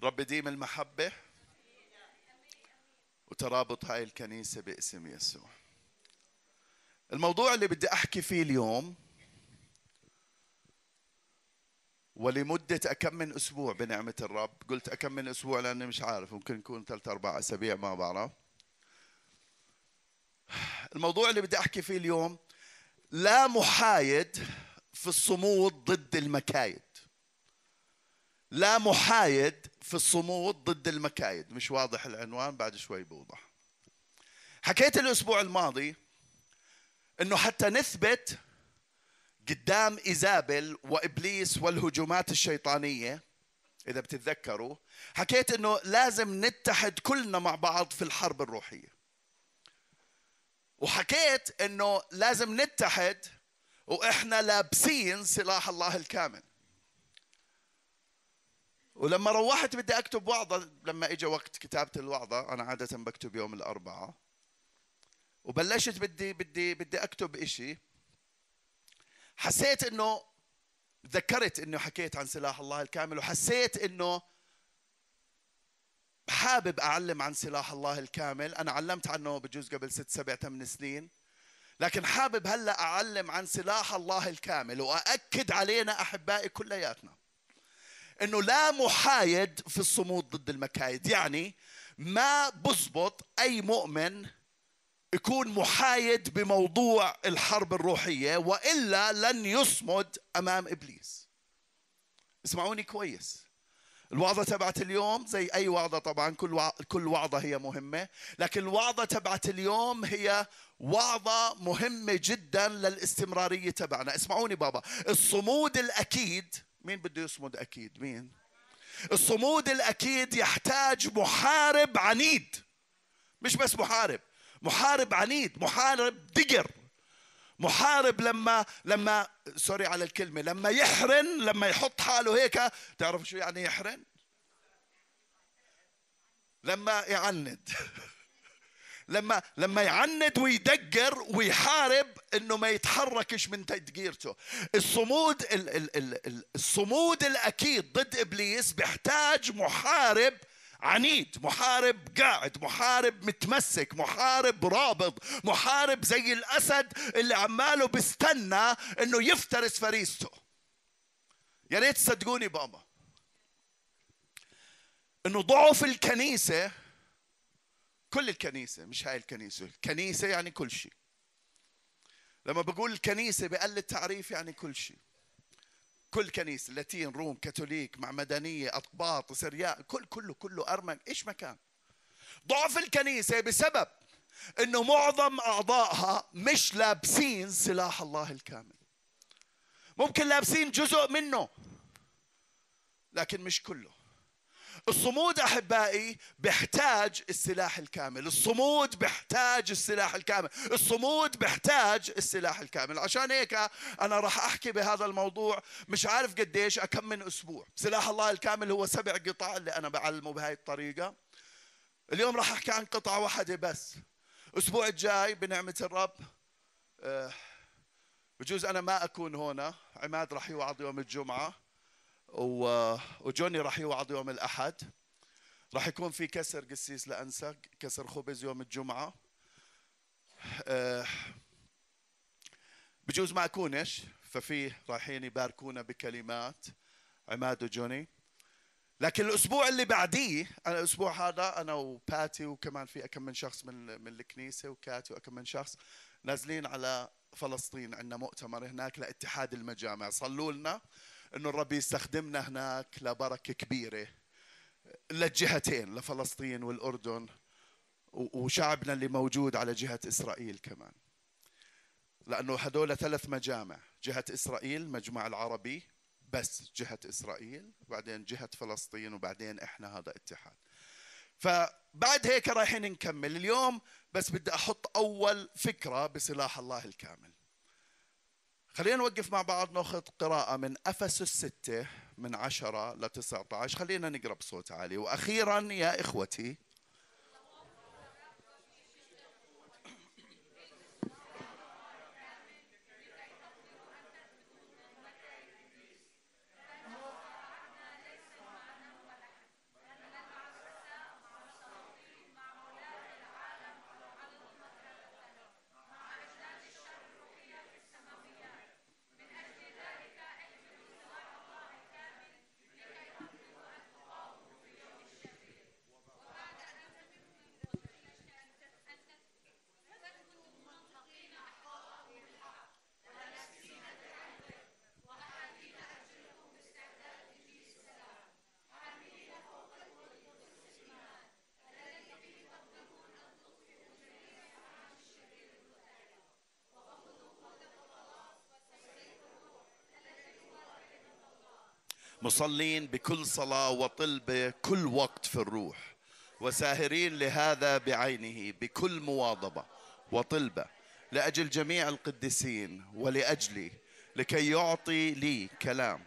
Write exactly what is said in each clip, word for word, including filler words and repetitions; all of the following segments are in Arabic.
رب ديم المحبة وترابط هاي الكنيسة باسم يسوع. الموضوع اللي بدي أحكي فيه اليوم ولمدة أكم من أسبوع بنعمة الرب، قلت أكم من أسبوع لأني مش عارف، ممكن يكون ثلاث أربع أسابيع ما بعرف. الموضوع اللي بدي أحكي فيه اليوم: لا محايد في الصمود ضد المكايد. لا محايد في الصمود ضد المكايد. مش واضح العنوان، بعد شوي بوضح. حكيت الأسبوع الماضي إنه حتى نثبت قدام إيزابل وإبليس والهجومات الشيطانية، إذا بتتذكروا حكيت إنه لازم نتحد كلنا مع بعض في الحرب الروحية، وحكيت إنه لازم نتحد وإحنا لابسين سلاح الله الكامل. ولما روحت بدي أكتب وعظة، لما إجا وقت كتابة الوعظة، أنا عادة بكتب يوم الأربعاء، وبلشت بدي بدي بدي أكتب إشي، حسيت إنه ذكرت إنه حكيت عن سلاح الله الكامل، وحسيت إنه حابب أعلم عن سلاح الله الكامل. أنا علمت عنه بجوز قبل ست سبع ثمان سنين، لكن حابب هلأ أعلم عن سلاح الله الكامل وأأكد علينا أحبائي كلياتنا إنه لا محايد في الصمود ضد المكايد. يعني ما بزبط أي مؤمن يكون محايد بموضوع الحرب الروحية، وإلا لن يصمد أمام إبليس. اسمعوني كويس، الوعظة تبعت اليوم زي أي وعظة طبعا، كل كل وعظة هي مهمة، لكن الوعظة تبعت اليوم هي وعظة مهمة جدا للاستمرارية تبعنا. اسمعوني بابا، الصمود الأكيد، مين بده يصمد أكيد؟ مين؟ الصمود الأكيد يحتاج محارب عنيد، مش بس محارب، محارب عنيد، محارب دقر، محارب لما لما سوري على الكلمة، لما يحرن، لما يحط حاله هيك. تعرف شو يعني يحرن؟ لما يعند لما لما يعند ويدقر ويحارب انه ما يتحركش من تدقيرته. الصمود ال ال ال الصمود الاكيد ضد ابليس بيحتاج محارب عنيد، محارب قاعد، محارب متمسك، محارب رابض، محارب زي الاسد اللي عماله بيستنى انه يفترس فريسته. يا ريت تصدقوني بابا انه ضعف الكنيسة، كل الكنيسة، مش هاي الكنيسة، الكنيسة يعني كل شيء. لما بقول الكنيسة بقل التعريف يعني كل شيء، كل كنيسة، لاتين، روم، كاثوليك، معمدانية، أطباط، سرياء، كل كله كله أرمج، إيش مكان. ضعف الكنيسة بسبب إنه معظم أعضائها مش لابسين سلاح الله الكامل. ممكن لابسين جزء منه لكن مش كله. الصمود أحبائي بيحتاج السلاح الكامل، الصمود بيحتاج السلاح الكامل، الصمود بيحتاج السلاح الكامل. عشان هيك أنا راح أحكي بهذا الموضوع مش عارف قديش، أكم من أسبوع. سلاح الله الكامل هو سبع قطع اللي أنا بعلمه بهاي الطريقة. اليوم راح أحكي عن قطعة واحدة بس. أسبوع الجاي بنعمة الرب أه بجوز أنا ما أكون هنا، عماد راح يوعظ يوم الجمعة، وجوني راح يوعظ يوم الأحد. راح يكون في كسر قسيس لأنسى، كسر خبز يوم الجمعة. أه بجوز ما أكونش، ففي رايحين يباركونا بكلمات عماد وجوني. لكن الأسبوع اللي بعديه، أنا الأسبوع هذا أنا وباتي وكمان في أكم من شخص من من الكنيسة، وكاتي وأكم من شخص نازلين على فلسطين. عندنا مؤتمر هناك لاتحاد المجامع. صلوا لنا إنه الرب يستخدمنا هناك لبركة كبيرة للجهتين، لفلسطين والأردن وشعبنا اللي موجود على جهة إسرائيل كمان، لأنه هدول ثلاث مجامع: جهة إسرائيل، مجمع العربي بس جهة إسرائيل، وبعدين جهة فلسطين، وبعدين إحنا هذا اتحاد. فبعد هيك رايحين نكمل اليوم، بس بدي أحط أول فكرة بسلاح الله الكامل. خلينا نوقف مع بعض، ناخذ قراءة من أفسس ستة من عشرة ل تسعة عشر. خلينا نقرأ بصوت عالي. وأخيرا يا إخوتي، مصلين بكل صلاة وطلبة كل وقت في الروح، وساهرين لهذا بعينه بكل مواظبة وطلبة لأجل جميع القديسين ولأجلي، لكي يعطي لي كلام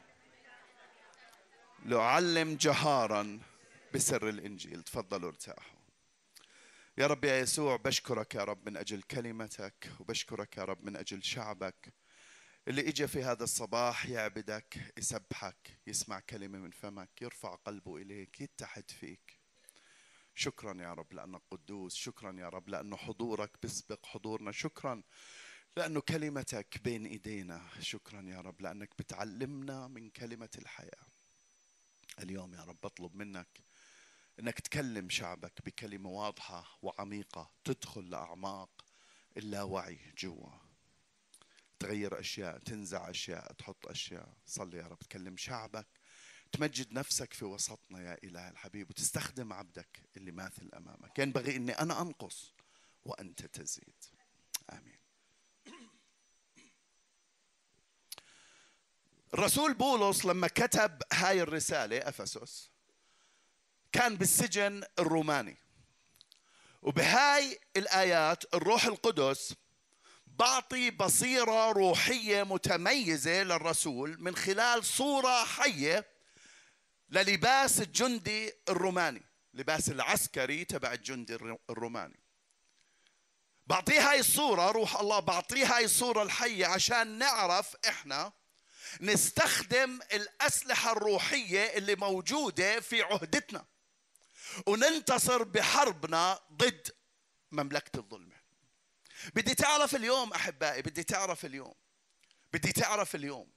لأعلم جهارا بسر الإنجيل. تفضلوا ارتاحوا. يا رب يا يسوع، بشكرك يا رب من أجل كلمتك، وبشكرك يا رب من أجل شعبك اللي إجا في هذا الصباح يعبدك، يسبحك، يسمع كلمة من فمك، يرفع قلبه إليك، يتحد فيك. شكرا يا رب لأنك قدوس، شكرا يا رب لأنه حضورك بيسبق حضورنا، شكرا لأنه كلمتك بين إيدينا، شكرا يا رب لأنك بتعلمنا من كلمة الحياة. اليوم يا رب بطلب منك أنك تكلم شعبك بكلمة واضحة وعميقة تدخل لأعماق اللاوعي جوا، تغير أشياء، تنزع أشياء، تحط أشياء. صلي يا رب تكلم شعبك، تمجد نفسك في وسطنا يا إله الحبيب، وتستخدم عبدك اللي ماثل أمامك. ينبغي أني أنا أنقص وأنت تزيد. آمين. الرسول بولس لما كتب هاي الرسالة أفسس كان بالسجن الروماني، وبهاي الآيات الروح القدس بعطي بصيرة روحية متميزة للرسول من خلال صورة حية للباس الجندي الروماني، لباس العسكري تبع الجندي الروماني. بعطيه هاي الصورة، روح الله بعطيه هاي الصورة الحية عشان نعرف إحنا نستخدم الأسلحة الروحية اللي موجودة في عهدتنا وننتصر بحربنا ضد مملكة الظلمة. بدي تعرف اليوم أحبائي، بدي تعرف اليوم بدي تعرف اليوم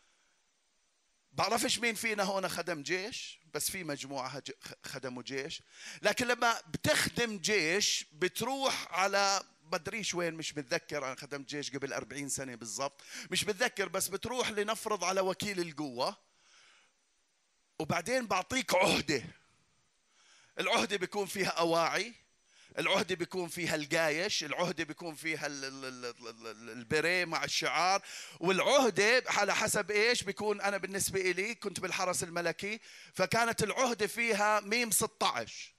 بعرفش مين فينا هون خدم جيش، بس في مجموعة خدموا جيش. لكن لما بتخدم جيش بتروح على بدريش وين، مش بتذكر، أنا خدمت جيش قبل أربعين سنة بالضبط، مش بتذكر، بس بتروح لنفرض على وكيل القوة وبعدين بعطيك عهدة. العهدة بيكون فيها أواعي، العهدة بيكون فيها الجايش، العهدة بيكون فيها البري مع الشعار، والعهدة على حسب إيش بيكون. أنا بالنسبة إلي كنت بالحرس الملكي، فكانت العهدة فيها ميم ستة عشر.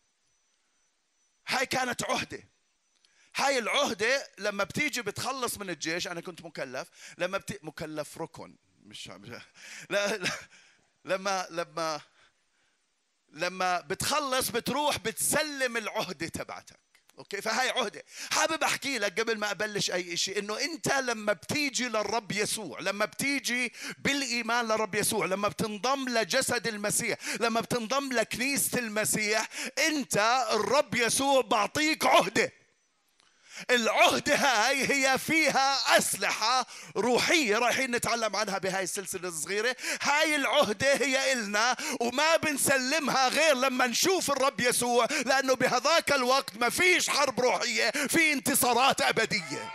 هاي كانت عهدة. هاي العهدة لما بتيجي بتخلص من الجيش، أنا كنت مكلف، لما بت... مكلف ركن مش لا, لا لما لما لما بتخلص بتروح بتسلم العهدة تبعتك. اوكي، فهاي عهدة. حابب احكي لك قبل ما ابلش اي شيء انه انت لما بتيجي للرب يسوع، لما بتيجي بالايمان للرب يسوع، لما بتنضم لجسد المسيح، لما بتنضم لكنيسة المسيح، انت الرب يسوع بعطيك عهدة. العهدة هاي هي فيها أسلحة روحية رايحين نتعلم عنها بهاي السلسلة الصغيرة. هاي العهدة هي إلنا وما بنسلمها غير لما نشوف الرب يسوع، لأنه بهذاك الوقت ما فيش حرب روحية، في انتصارات أبدية.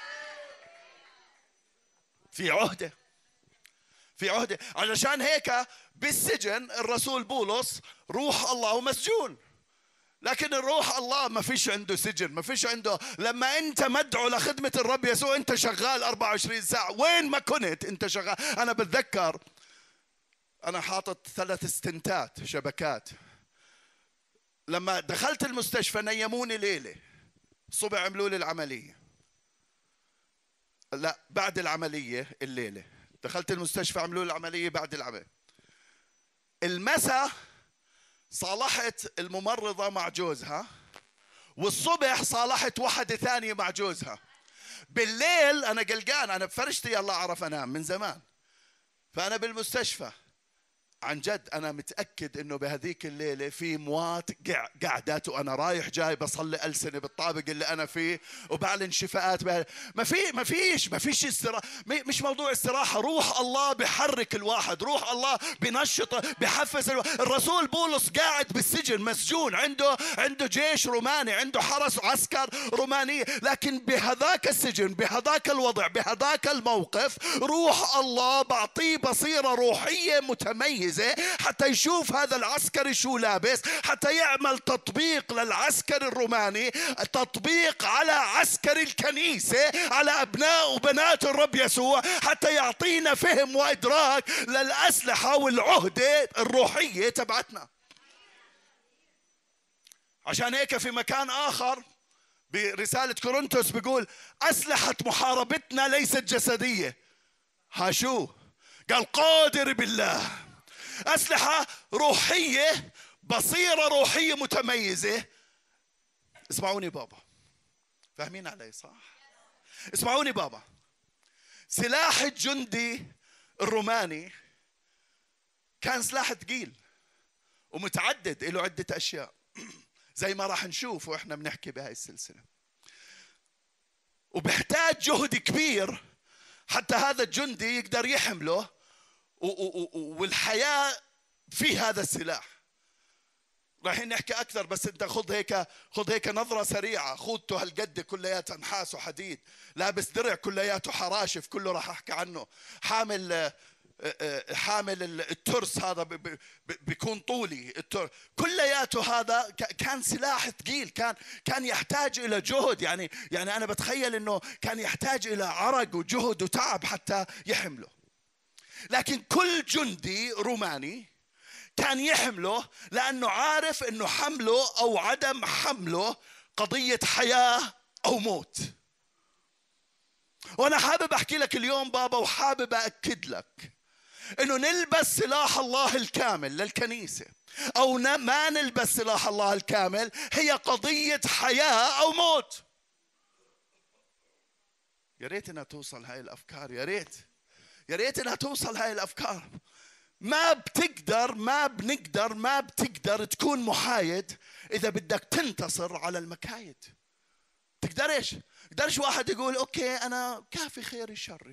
في عهدة، في عهدة. علشان هيك بالسجن الرسول بولس روح الله مسجون، لكن الروح الله ما فيش عنده سجن، ما فيش عنده. لما انت مدعو لخدمة الرب يسوع انت شغال أربعة وعشرين ساعة، وين ما كنت انت شغال. انا بتذكر انا حاطط ثلاث استنتات شبكات. لما دخلت المستشفى نيموني ليلة، الصبح عملوا لي العملية، لا بعد العملية الليلة دخلت المستشفى عملوا لي العملية بعد العملية. المساء صالحت الممرضة مع جوزها، والصبح صالحت واحدة ثانية مع جوزها. بالليل أنا قلقان، أنا بفرشتي يلا أعرف أنام من زمان، فأنا بالمستشفى. عن جد أنا متأكد إنه بهذيك الليلة في موات قعدات وأنا رايح جاي بصلي ألسنة بالطابق اللي أنا فيه وبعلن شفاءات. ما في ما فيش ما فيش استراحة، مش موضوع استراحة. روح الله بحرك الواحد، روح الله بنشطه بحفز الواحد. الرسول بولس قاعد بالسجن مسجون، عنده عنده جيش روماني، عنده حرس وعسكر رومانية، لكن بهذاك السجن، بهذاك الوضع، بهذاك الموقف روح الله بعطيه بصيرة روحية متميزة متميزة، حتى يشوف هذا العسكري شو لابس، حتى يعمل تطبيق للعسكري الروماني، تطبيق على عسكري الكنيسة، على أبناء وبنات الرب يسوع، حتى يعطينا فهم وإدراك للأسلحة والعهدة الروحية تبعتنا. عشان هيك في مكان آخر برسالة كورنثوس بيقول أسلحة محاربتنا ليست جسدية. ها شو؟ قال قادر بالله. أسلحة روحية، بصيرة روحية متميزة. اسمعوني بابا، فاهمين علي صح؟ اسمعوني بابا، سلاح الجندي الروماني كان سلاح ثقيل ومتعدد، له عدة أشياء زي ما راح نشوف وإحنا بنحكي بهاي السلسلة، وبيحتاج جهد كبير حتى هذا الجندي يقدر يحمله، والحياة في هذا السلاح. رايحين نحكي أكثر، بس أنت خذ هيك خذ هيك نظرة سريعة. خوذته هالقد كلياتها نحاس وحديد، لابس درع كلياته حراشف، كله راح أحكي عنه، حامل حامل الترس هذا بيكون طولي الترس كلياته. هذا كان سلاح ثقيل، كان كان يحتاج الى جهد. يعني يعني انا بتخيل انه كان يحتاج الى عرق وجهد وتعب حتى يحمله. لكن كل جندي روماني كان يحمله لانه عارف انه حمله او عدم حمله قضية حياة او موت. وانا حابب احكي لك اليوم بابا، وحابب اكد لك انه نلبس سلاح الله الكامل للكنيسة او ما نلبس سلاح الله الكامل هي قضية حياة او موت. يا ريت انها توصل هاي الافكار، يا ريت يا ريت انها توصل هاي الافكار. ما بتقدر ما بنقدر ما بتقدر تكون محايد اذا بدك تنتصر على المكايد. تقدرش تقدرش واحد يقول اوكي انا كافي خيري شري،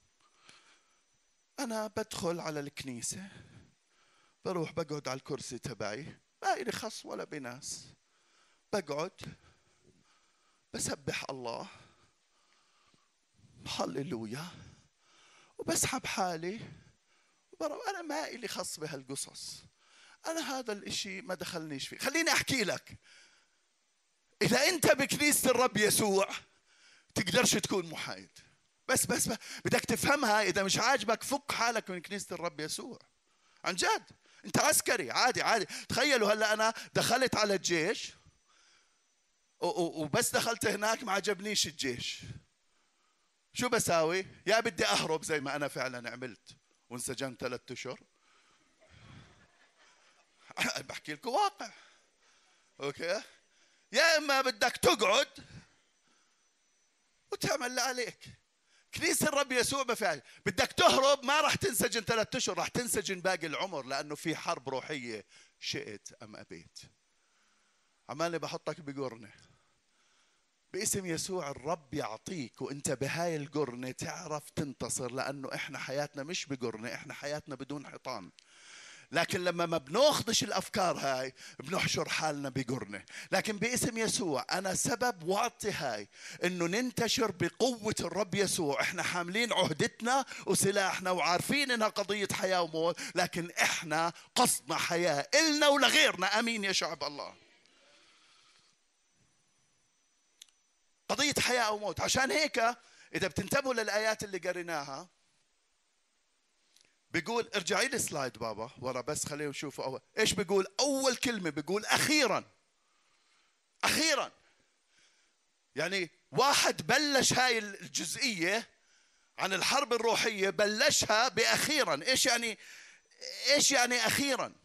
أنا بدخل على الكنيسة، بروح بقعد على الكرسي تبعي، ما إلي خص ولا بناس، بقعد بسبح الله هللويا وبسحب حالي وبروح. أنا ما إلي خص بهالقصص، أنا هذا الإشي ما دخلنيش فيه. خليني أحكي لك، إذا أنت بكنيسة الرب يسوع تقدرش تكون محايد. بس بس بدك تفهمها. إذا مش عاجبك فك حالك من كنيسة الرب يسوع. عن جد أنت عسكري عادي عادي. تخيلوا هلا أنا دخلت على الجيش وبس دخلت هناك ما عجبنيش الجيش، شو بساوي؟ يا بدي أهرب زي ما أنا فعلا عملت وانسجنت ثلاثة أشهر. بحكي لكم واقع، أوكي؟ يا إما بدك تقعد وتعمل اللي عليك. كنيسة الرب يسوع ما فيها. بدك تهرب ما راح تنسجن ثلاثة أشهر، راح تنسجن باقي العمر، لأنه في حرب روحية شئت أم أبيت. عمالي بحطك بقرنة باسم يسوع. الرب يعطيك وانت بهاي القرنة تعرف تنتصر، لأنه احنا حياتنا مش بقرنة، احنا حياتنا بدون حيطان. لكن لما ما بناخذش الأفكار هاي بنحشر حالنا بقرنة. لكن باسم يسوع أنا سبب واعطي هاي إنه ننتشر بقوة الرب يسوع. إحنا حاملين عهدتنا وسلاحنا وعارفين إنها قضية حياة وموت، لكن إحنا قصدنا حياة إلنا ولغيرنا. أمين يا شعب الله. قضية حياة أو موت. عشان هيك إذا بتنتبهوا للآيات اللي قريناها بيقول، ارجعي لي سلايد بابا ورا بس خلينا نشوفوا أول إيش بيقول. أول كلمة بيقول أخيرا. أخيرا يعني واحد بلش هاي الجزئية عن الحرب الروحية بلشها بأخيرا. إيش يعني إيش يعني أخيرا؟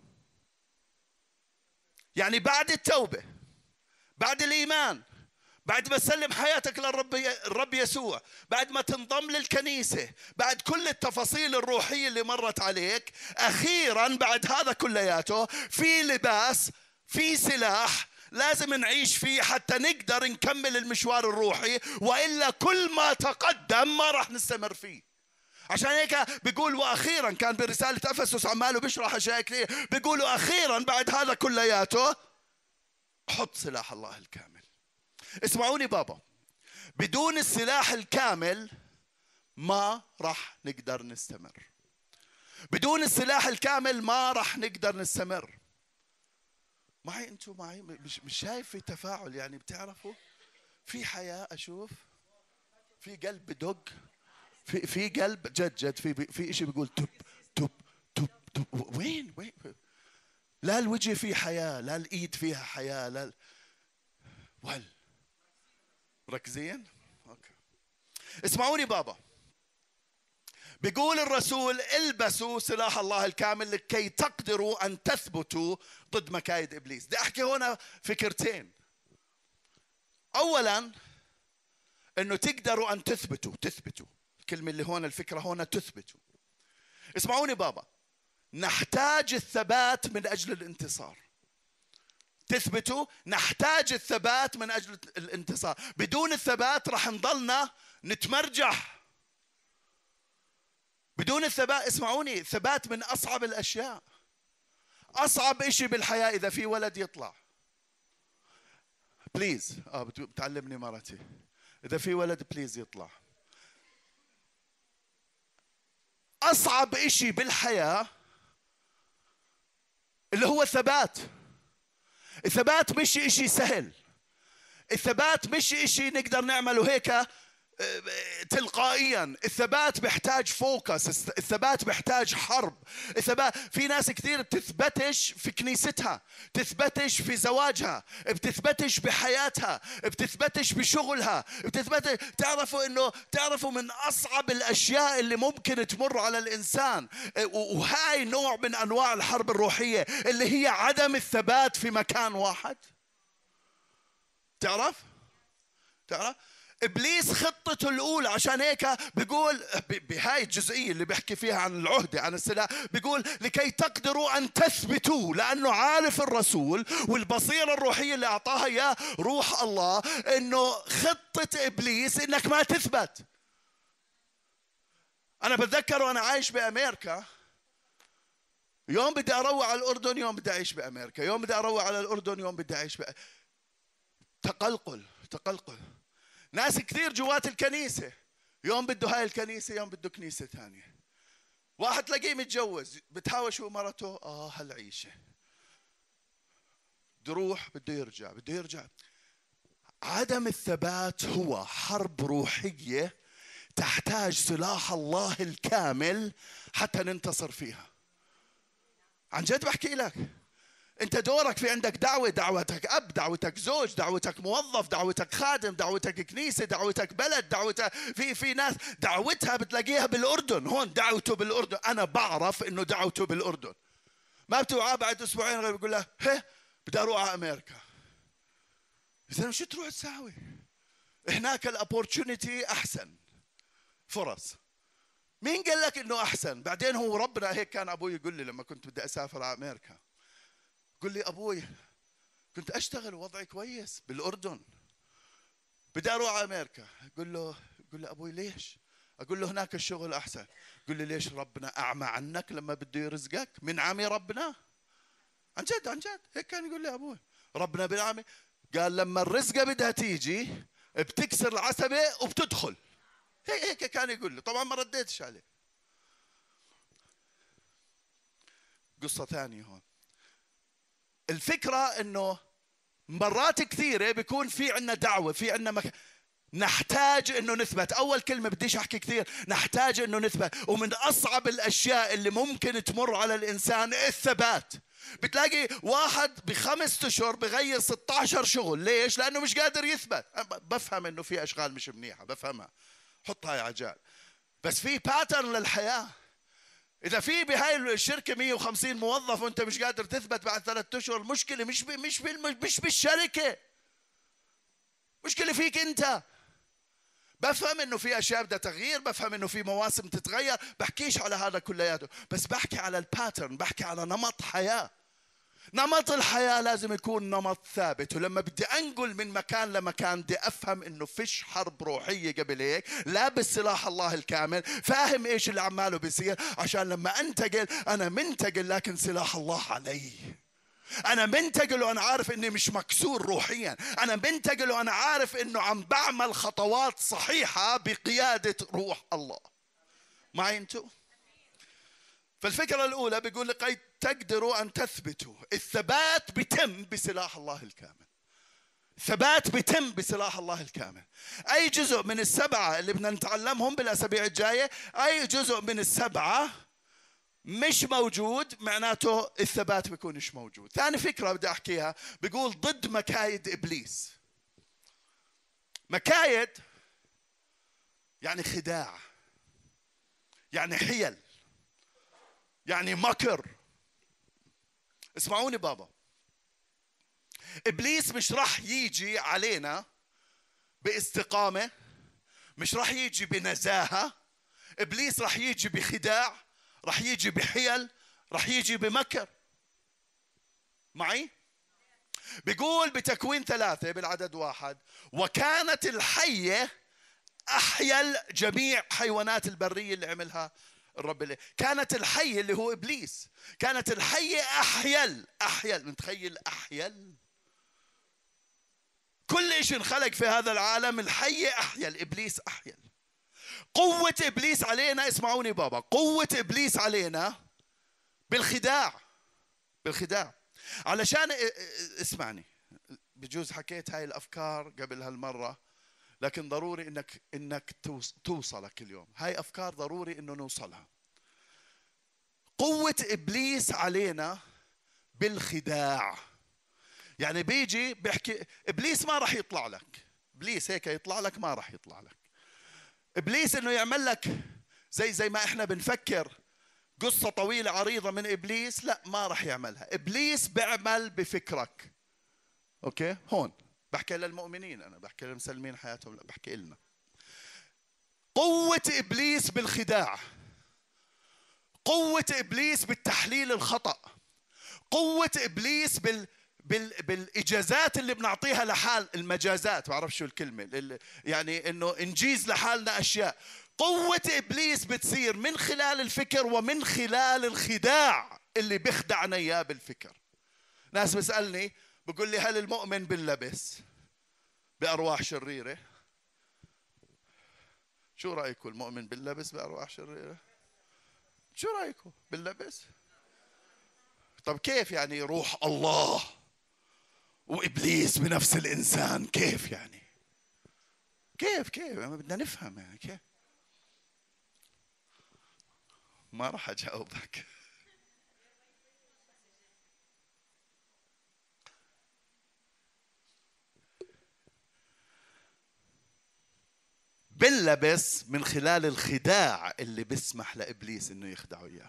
يعني بعد التوبة، بعد الإيمان، بعد ما تسلم حياتك للرب الرب يسوع، بعد ما تنضم للكنيسة، بعد كل التفاصيل الروحية اللي مرت عليك، أخيرا بعد هذا كلياته في لباس، في سلاح لازم نعيش فيه حتى نقدر نكمل المشوار الروحي، وإلا كل ما تقدم ما راح نستمر فيه. عشان هيك بيقول وأخيرا، كان برسالة أفسس عماله بيشرح أشياء كثير، بيقولوا أخيرا بعد هذا كلياته حط سلاح الله الكامل. اسمعوني بابا، بدون السلاح الكامل ما راح نقدر نستمر. بدون السلاح الكامل ما راح نقدر نستمر. معي انتم معي؟ مش مش شايف في تفاعل يعني؟ بتعرفوا في حياة، اشوف في قلب بدق، في في قلب جد جد، في في شيء بيقول تب تب تب تب. وين وين؟ لا الوجه فيه حياة، لا الايد فيها حياة، لا ال... وهل مركزين؟ اوكي اسمعوني بابا. بيقول الرسول البسوا سلاح الله الكامل لكي تقدروا ان تثبتوا ضد مكايد ابليس. بدي احكي هنا فكرتين. اولا انه تقدروا ان تثبتوا، تثبتوا الكلمه اللي هون الفكره هون تثبتوا. اسمعوني بابا، نحتاج الثبات من اجل الانتصار. تثبتوا، نحتاج الثبات من اجل الانتصار. بدون الثبات راح نضلنا نتمرجح. بدون الثبات، اسمعوني، الثبات من اصعب الاشياء. اصعب اشي بالحياه اذا في ولد يطلع بليز، اه بتعلمني مرتي، اذا في ولد بليز يطلع. اصعب اشي بالحياه اللي هو الثبات. الثبات مش اشي سهل، الثبات مش اشي نقدر نعمله هيك تلقائيا. الثبات بيحتاج فوكس، الثبات بيحتاج حرب. الثبات، في ناس كثير بتثبتش في كنيستها، بتثبتش في زواجها، بتثبتش بحياتها، بتثبتش بشغلها، بتثبت. تعرفوا انه تعرفوا من اصعب الاشياء اللي ممكن تمر على الانسان، وهاي نوع من انواع الحرب الروحية اللي هي عدم الثبات في مكان واحد. تعرف تعرف إبليس خطته الأولى، عشان هيك بيقول بهاي الجزئية اللي بيحكي فيها عن العهدة، عن السلاح، بيقول لكي تقدروا أن تثبتوا، لأنه عارف الرسول والبصيرة الروحية اللي أعطاها إياه روح الله إنه خطة إبليس إنك ما تثبت. أنا بتذكر وأنا عايش بأمريكا، يوم بدي أروح على الأردن، يوم بدي أعيش بأمريكا، يوم بدي أروح على الأردن، يوم بدي أعيش بأ... تقلقل تقلقل. ناس كثير جوات الكنيسة، يوم بده هاي الكنيسة، يوم بده كنيسة ثانية. واحد تلاقيه متجوز بتهاوش هو مرته، اه هالعيشة، بده يروح بده يرجع بده يرجع. عدم الثبات هو حرب روحية تحتاج سلاح الله الكامل حتى ننتصر فيها. عن جد بحكي لك، انت دورك في عندك دعوة، دعوتك اب، دعوتك زوج، دعوتك موظف، دعوتك خادم، دعوتك كنيسة، دعوتك بلد، دعوتك في في ناس دعوتها بتلاقيها بالاردن. هون دعوته بالاردن، انا بعرف انه دعوته بالاردن. ما بتوعى بعد اسبوعين غير بيقول لها هه بدي اروح على امريكا. اذا شو تروح تساوي هناك؟ الابورتشونيتي احسن، فرص. مين قال لك انه احسن؟ بعدين هو ربنا هيك. كان ابوي يقول لي لما كنت بدي اسافر على امريكا، قل لي أبوي كنت أشتغل وضعي كويس بالأردن، بدي أروح على أمريكا. قل له قل له أبوي ليش؟ أقول له هناك الشغل أحسن. قل لي ليش؟ ربنا أعمى عنك لما بده يرزقك؟ من عمي ربنا؟ عن جد عن جد هيك كان يقول لي أبوي. ربنا بالعمي. قال لما الرزقة بدها تيجي بتكسر العتبة وبتدخل. هيك هيك كان يقول لي. طبعا ما رديتش عليه. قصة ثانية هون. الفكرة انه مرات كثيرة بيكون في عنا دعوة، في عنا مك... نحتاج انه نثبت. اول كلمة بديش احكي كثير، نحتاج انه نثبت. ومن اصعب الاشياء اللي ممكن تمر على الانسان الثبات. بتلاقي واحد بخمس اشهر بغير ستة عشر شغل، ليش؟ لانه مش قادر يثبت. بفهم انه في اشغال مش منيحة، بفهمها، حطها يا عجال، بس في باترن للحياة. إذا في بهاي الشركة مية وخمسين موظف وأنت مش قادر تثبت بعد ثلاثة أشهر، المشكلة مش بي مش بي مش بالشركة، مشكلة فيك أنت. بفهم إنه في أشياء بدها تغيير، بفهم إنه في مواسم تتغير، بحكيش على هذا كلياته، بس بحكي على الباترن، بحكي على نمط حياة. نمط الحياة لازم يكون نمط ثابت. ولما بدي أنقل من مكان لمكان بدي أفهم إنه فيش حرب روحية قبل هيك، لابس سلاح الله الكامل، فاهم إيش اللي عماله بيصير، عشان لما أنتقل أنا منتقل لكن سلاح الله علي. أنا منتقل وأنا عارف إني مش مكسور روحيا. أنا منتقل وأنا عارف إنه عم بعمل خطوات صحيحة بقيادة روح الله. معي أنتو؟ فالفكرة الأولى بيقول لقد تقدروا أن تثبتوا. الثبات بيتم بسلاح الله الكامل. الثبات بيتم بسلاح الله الكامل. أي جزء من السبعة اللي بدنا نتعلمهم بالأسابيع الجاية، أي جزء من السبعة مش موجود، معناته الثبات بيكونش موجود. ثاني فكرة بدي أحكيها، بيقول ضد مكايد إبليس. مكايد يعني خداع، يعني حيل، يعني مكر. اسمعوني بابا، إبليس مش راح يجي علينا باستقامة، مش راح يجي بنزاهة. إبليس راح يجي بخداع، راح يجي بحيل، راح يجي بمكر. معي؟ بيقول بتكوين ثلاثة بالعدد واحد: وكانت الحية أحيل جميع حيوانات البرية اللي عملها الرب. اللي كانت الحية اللي هو إبليس، كانت الحية أحيل. أحيل، متخيل أحيل؟ كل شيء انخلق في هذا العالم الحية أحيل، إبليس أحيل. قوة إبليس علينا، اسمعوني بابا، قوة إبليس علينا بالخداع. بالخداع. علشان اسمعني، بجوز حكيت هاي الأفكار قبل هالمرة، لكن ضروري إنك إنك توصلك اليوم. هاي أفكار ضروري إنه نوصلها. قوة إبليس علينا بالخداع. يعني بيجي بيحكي إبليس ما راح يطلع لك، إبليس هيك يطلع لك ما راح يطلع لك. إبليس إنه يعمل لك زي زي ما إحنا بنفكر قصة طويلة عريضة من إبليس، لا ما راح يعملها. إبليس بيعمل بفكرك. أوكي؟ هون بحكي للمؤمنين، أنا بحكي للمسلمين حياتهم، لا بحكي لنا. قوة إبليس بالخداع، قوة إبليس بالتحليل الخطأ، قوة إبليس بال بال بالإجازات اللي بنعطيها لحال، المجازات، ما بعرف شو الكلمة، يعني إنه نجيز لحالنا أشياء. قوة إبليس بتصير من خلال الفكر ومن خلال الخداع اللي بيخدعنا إياه بالفكر. ناس بسألني بقول لي هل المؤمن باللبس بأرواح شريرة؟ شو رأيكم المؤمن باللبس بأرواح شريرة؟ شو رأيكم باللبس؟ طب كيف يعني روح الله وإبليس بنفس الإنسان؟ كيف يعني؟ كيف كيف بدنا نفهم يعني كيف؟ ما راح أجاوبك. باللبس من خلال الخداع اللي بيسمح لإبليس إنه يخدعه إياه.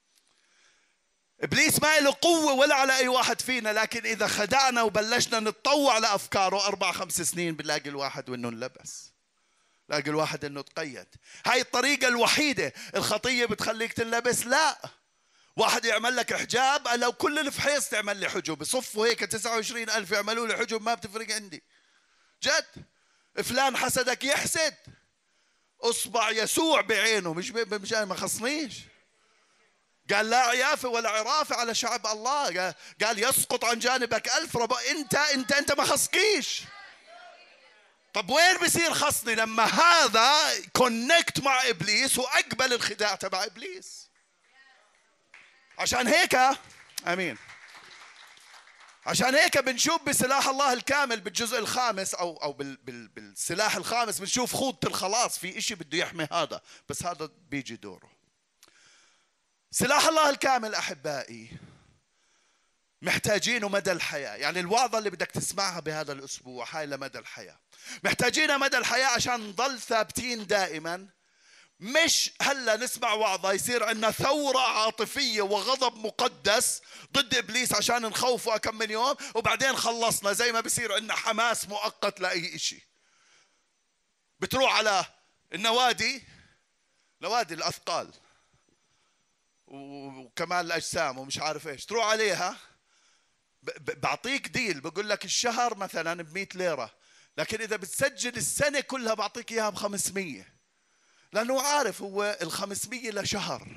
إبليس ما له قوة ولا على أي واحد فينا، لكن إذا خدعنا وبلشنا نتطوع لأفكاره أربع خمس سنين بنلاقي الواحد إنه انلبس، لاقي الواحد إنه تقيد. هاي الطريقة الوحيدة. الخطية بتخليك تنلبس؟ لا. واحد يعمل لك حجاب، لو كل الفحيص تعمل لي حجب، بصفوا هيك تسعة وعشرين ألف يعملوا لي حجب، ما بتفرق عندي. جد. فلان حسدك يحسد، اصبع يسوع بعينه، مش مش ما خصنيش. قال لا عيافة ولا عرافة على شعب الله، قال يسقط عن جانبك ألف رب. انت انت انت ما خصكيش. طب وين بصير خصني؟ لما هذا كونكت مع ابليس واقبل الخداع تبع ابليس. عشان هيك امين، عشان هيك بنشوف بسلاح الله الكامل بالجزء الخامس او او بال بال بالسلاح الخامس بنشوف خوضة الخلاص. في اشي بده يحمي هذا، بس هذا بيجي دوره. سلاح الله الكامل احبائي محتاجينه مدى الحياة. يعني الوعظة اللي بدك تسمعها بهذا الاسبوع هاي لمدى الحياة، محتاجينها مدى الحياة عشان نضل ثابتين دائما. مش هلا نسمع وعظة يصير عندنا ثورة عاطفية وغضب مقدس ضد إبليس عشان نخوفه كم من يوم وبعدين خلصنا، زي ما بصير عندنا حماس مؤقت لأي إشي. بتروح على النوادي، نوادي الأثقال وكمال الأجسام ومش عارف إيش، تروح عليها بعطيك ديل، بقول لك الشهر مثلا بمئة ليرة، لكن إذا بتسجل السنة كلها بعطيك إياها بخمسمية، لأنه عارف هو الخمسمية لشهر.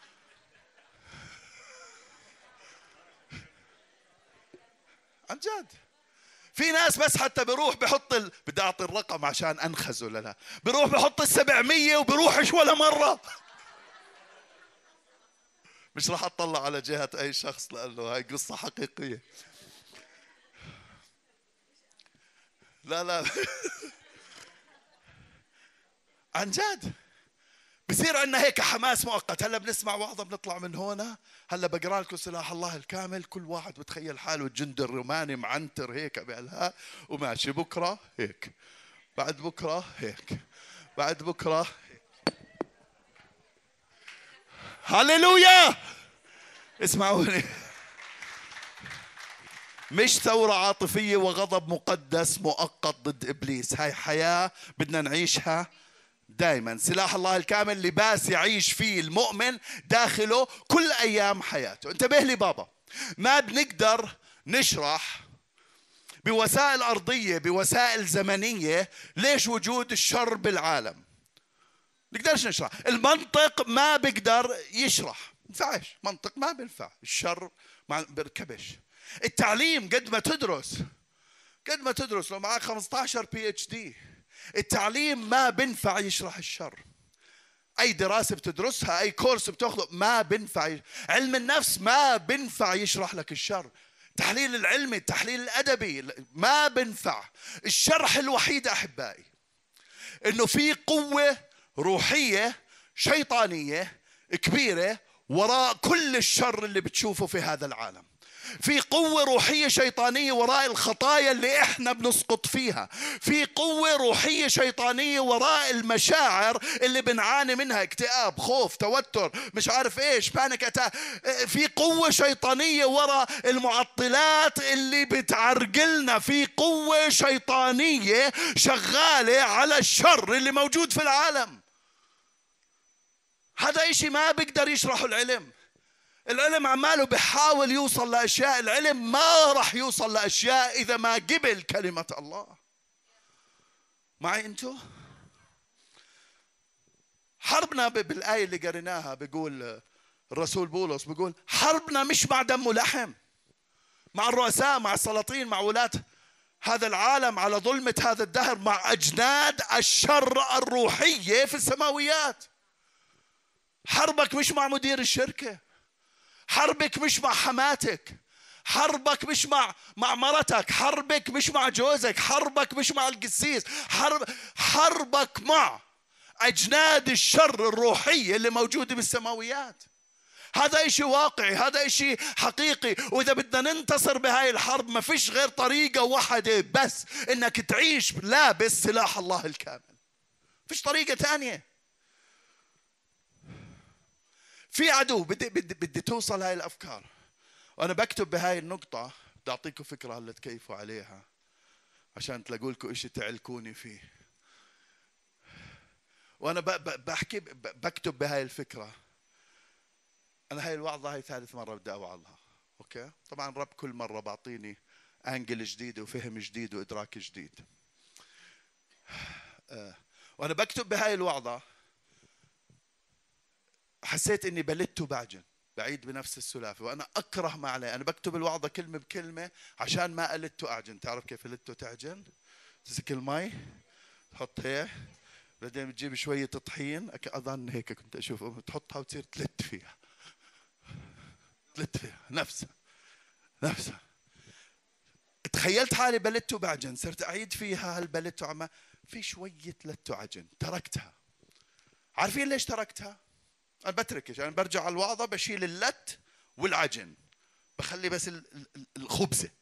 عن جد. في ناس بس حتى بروح بحط ال... بدي أعطي الرقم عشان أنخزه لها، بروح بحط السبعمية وبروحش ولا مرة. مش راح اطلع على جهة اي شخص لانه هاي قصة حقيقية. لا لا عن جد بصير عندنا هيك حماس مؤقت. هلا بنسمع وعظة بنطلع من هنا، هلا بقرا لكم سلاح الله الكامل، كل واحد بتخيل حاله الجندي الروماني معنتر هيك بعلها وماشي. بكره هيك، بعد بكره هيك، بعد بكره هيك. هللويا. اسمعوني، مش ثورة عاطفية وغضب مقدس مؤقت ضد إبليس، هاي حياة بدنا نعيشها دائما. سلاح الله الكامل لباس يعيش فيه المؤمن داخله كل أيام حياته. انتبه لي بابا، ما بنقدر نشرح بوسائل أرضية بوسائل زمنية ليش وجود الشر بالعالم. نقدرش نشرح، المنطق ما بيقدر يشرح، ينفعش، منطق ما بينفع، الشر ما بيركبش. التعليم قد ما تدرس قد ما تدرس لو معك خمسة عشر بي اتش دي، التعليم ما بنفع يشرح الشر. اي دراسة بتدرسها، اي كورس بتاخذه ما بنفع. علم النفس ما بنفع يشرح لك الشر. التحليل العلمي، التحليل الادبي ما بنفع. الشرح الوحيد احبائي انه في قوة روحية شيطانية كبيرة وراء كل الشر اللي بتشوفه في هذا العالم. في قوة روحية شيطانية وراء الخطايا اللي احنا بنسقط فيها. في قوة روحية شيطانية وراء المشاعر اللي بنعاني منها، اكتئاب، خوف، توتر، مش عارف ايش، بانيك اتاك. في قوة شيطانية وراء المعطلات اللي بتعرقلنا. في قوة شيطانية شغالة على الشر اللي موجود في العالم. هذا اشي ما بيقدر يشرحه العلم. العلم عماله بحاول يوصل لأشياء، العلم ما راح يوصل لأشياء إذا ما قبل كلمة الله. معي أنتو؟ حربنا بالآية اللي قريناها بيقول الرسول بولس، بيقول حربنا مش مع دم ولحم، مع الرؤساء، مع السلاطين، مع ولاة هذا العالم على ظلمة هذا الدهر، مع أجناد الشر الروحية في السماويات. حربك مش مع مدير الشركة، حربك مش مع حماتك، حربك مش مع مع مرتك، حربك مش مع جوزك، حربك مش مع القسيس، حرب حربك مع أجناد الشر الروحية اللي موجودة بالسماويات. هذا إشي واقعي، هذا إشي حقيقي. وإذا بدنا ننتصر بهاي الحرب ما فيش غير طريقة واحدة بس، إنك تعيش لابس سلاح الله الكامل. فيش طريقة ثانية. في عدو بدي بدي بدي توصل هاي الافكار، وانا بكتب بهاي النقطه بدي اعطيكم فكره هلا تكيفوا عليها عشان تلاقوا لكم شيء تعلكوني فيه. وانا بحكي بكتب بهاي الفكره. انا هاي الوعظه هاي ثالث مره بدي اوعظها، اوكي؟ طبعا رب كل مره بعطيني انجل جديد وفهم جديد وادراك جديد. وانا بكتب بهاي الوعظه حسيت اني بلت وبعجن، بعيد بنفس السلافه، وانا اكره ما علي. انا بكتب الوعظه كلمه بكلمه عشان ما الت واعجن. تعرف كيف الت وتعجن؟ تمسك المي تحط هيك، بعدين بتجيب شويه طحين، اظن هيك كنت اشوفه، تحطها وتصير تلت فيها تلت فيها نفسها نفسها. تخيلت حالي بلت وبعجن، صرت اعيد فيها هالبلت وعما في شويه لت وعجن، تركتها. عارفين ليش تركتها؟ أنا بتركش، أنا برجع على الوعظة بشيل اللت والعجن، بخلي بس الخبزة.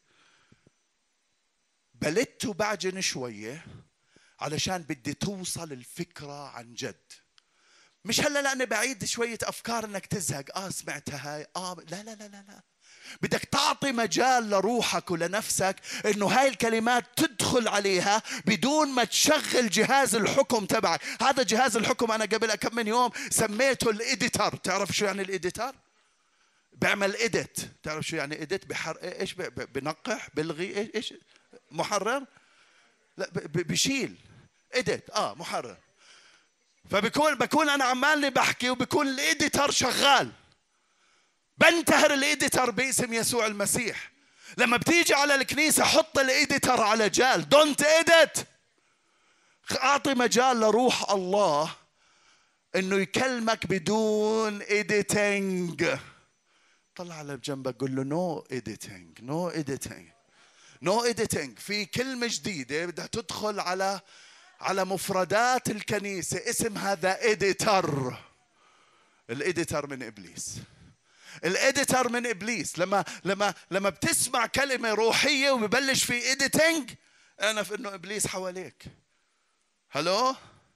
بلت وبعجن شوية علشان بدي توصل الفكرة عن جد. مش هلا لأني بعيد شوية أفكار إنك تزهق، آه سمعتها هاي، آه لا لا لا لا لا. بدك تعطي مجال لروحك ولنفسك إنه هاي الكلمات تدخل عليها بدون ما تشغل جهاز الحكم تبعك. هذا جهاز الحكم أنا قبل كم من يوم سميته الإديتر. تعرف شو يعني الإديتر؟ بعمل إديت. تعرف شو يعني إديت؟ بحر إيش بنقح بلغي إيش محرر؟ لا بشيل إديت، آه محرر. فبكون بكون أنا عمالي بحكي وبكون الإديتر شغال. بنتهر الإديتر باسم يسوع المسيح. لما بتيجي على الكنيسة حط الإديتر على جال، دونت إديت. أعطي مجال لروح الله إنه يكلمك بدون إديتينج. طلع على جنبك قول له نو إيديتينج نو إيديتينج نو إيديتينج. في كلمة جديدة بدها تدخل على على مفردات الكنيسة اسمها ذا إيديتر. الإيديتر من إبليس. الإيديتر من إبليس. لما لما لما بتسمع كلمة روحية وببلش في إيديتينج اعرف إنه إبليس حواليك. هلو؟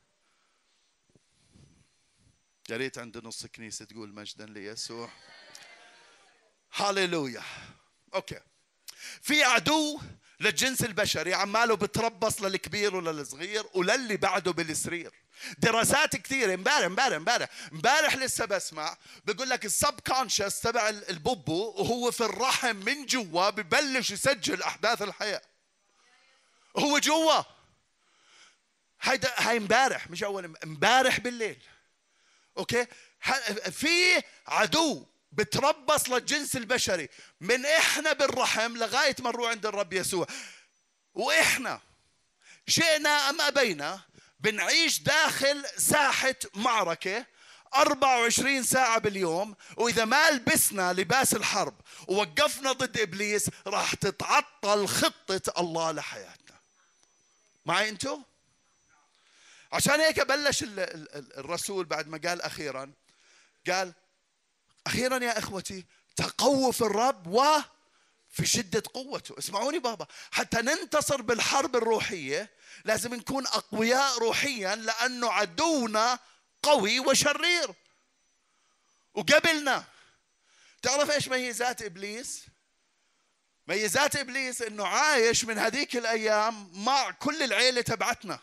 يا ريت عند نص كنيسة تقول مجدا ليسوع. هاليلويا. اوكي. في عدو للجنس البشري عماله بتربص للكبير وللصغير وللي بعده بالسرير. دراسات كثيرة امبارح امبارح امبارح امبارح لسه بسمع بيقول لك السب كونشس تبع البوبو وهو في الرحم من جوا ببلش يسجل احداث الحياة. هو جوا. هيدا هاي امبارح مش اول امبارح بالليل. اوكي. في عدو بتربص للجنس البشري من احنا بالرحم لغايه ما نروح عند الرب يسوع. واحنا شئنا ام ابينا بنعيش داخل ساحه معركه أربعة وعشرين ساعه باليوم. واذا ما لبسنا لباس الحرب ووقفنا ضد ابليس راح تتعطل خطه الله لحياتنا. معي انتو؟ عشان هيك بلش الرسول بعد ما قال أخيرا قال أخيرا يا إخوتي تقووا في الرب وفي شدة قوته. اسمعوني بابا، حتى ننتصر بالحرب الروحية لازم نكون أقوياء روحيا لأنه عدونا قوي وشرير وقبلنا. تعرف إيش ميزات إبليس؟ ميزات إبليس إنه عايش من هذيك الأيام مع كل العيلة تبعتنا.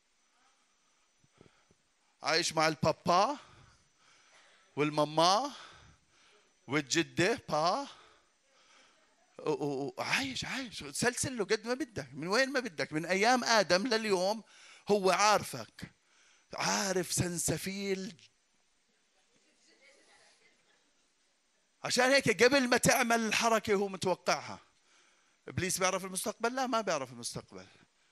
عايش مع البابا والماما والجدة با وعايش عايش سلسل له قد ما بدك من وين ما بدك من أيام آدم لليوم. هو عارفك، عارف سنسفيل. عشان هيك قبل ما تعمل الحركة هو متوقعها. إبليس بيعرف المستقبل؟ لا، ما بيعرف المستقبل،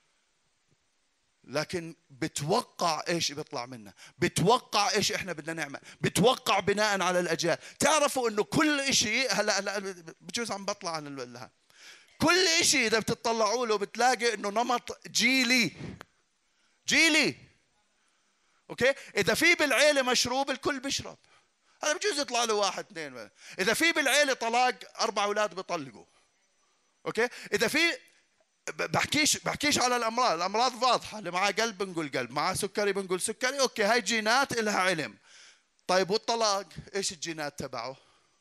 لكن بتوقع ايش بيطلع منا، بتوقع ايش احنا بدنا نعمل، بتوقع بناء على الاجيال. تعرفوا انه كل شيء هلا هلا بجوز عم بطلع عن ال كل شيء اذا بتطلعوا له بتلاقي انه نمط جيلي جيلي. اوكي. اذا في بالعيله مشروب الكل بيشرب. هذا بجوز يطلع له واحد اثنين. اذا في بالعيله طلاق اربع اولاد بيطلقوا. اوكي. اذا في بحكيش بحكيش على الامراض، الامراض واضحه، اللي معاه قلب بنقول قلب، معاه سكري بنقول سكري. اوكي هاي جينات لها علم. طيب والطلاق ايش الجينات تبعه؟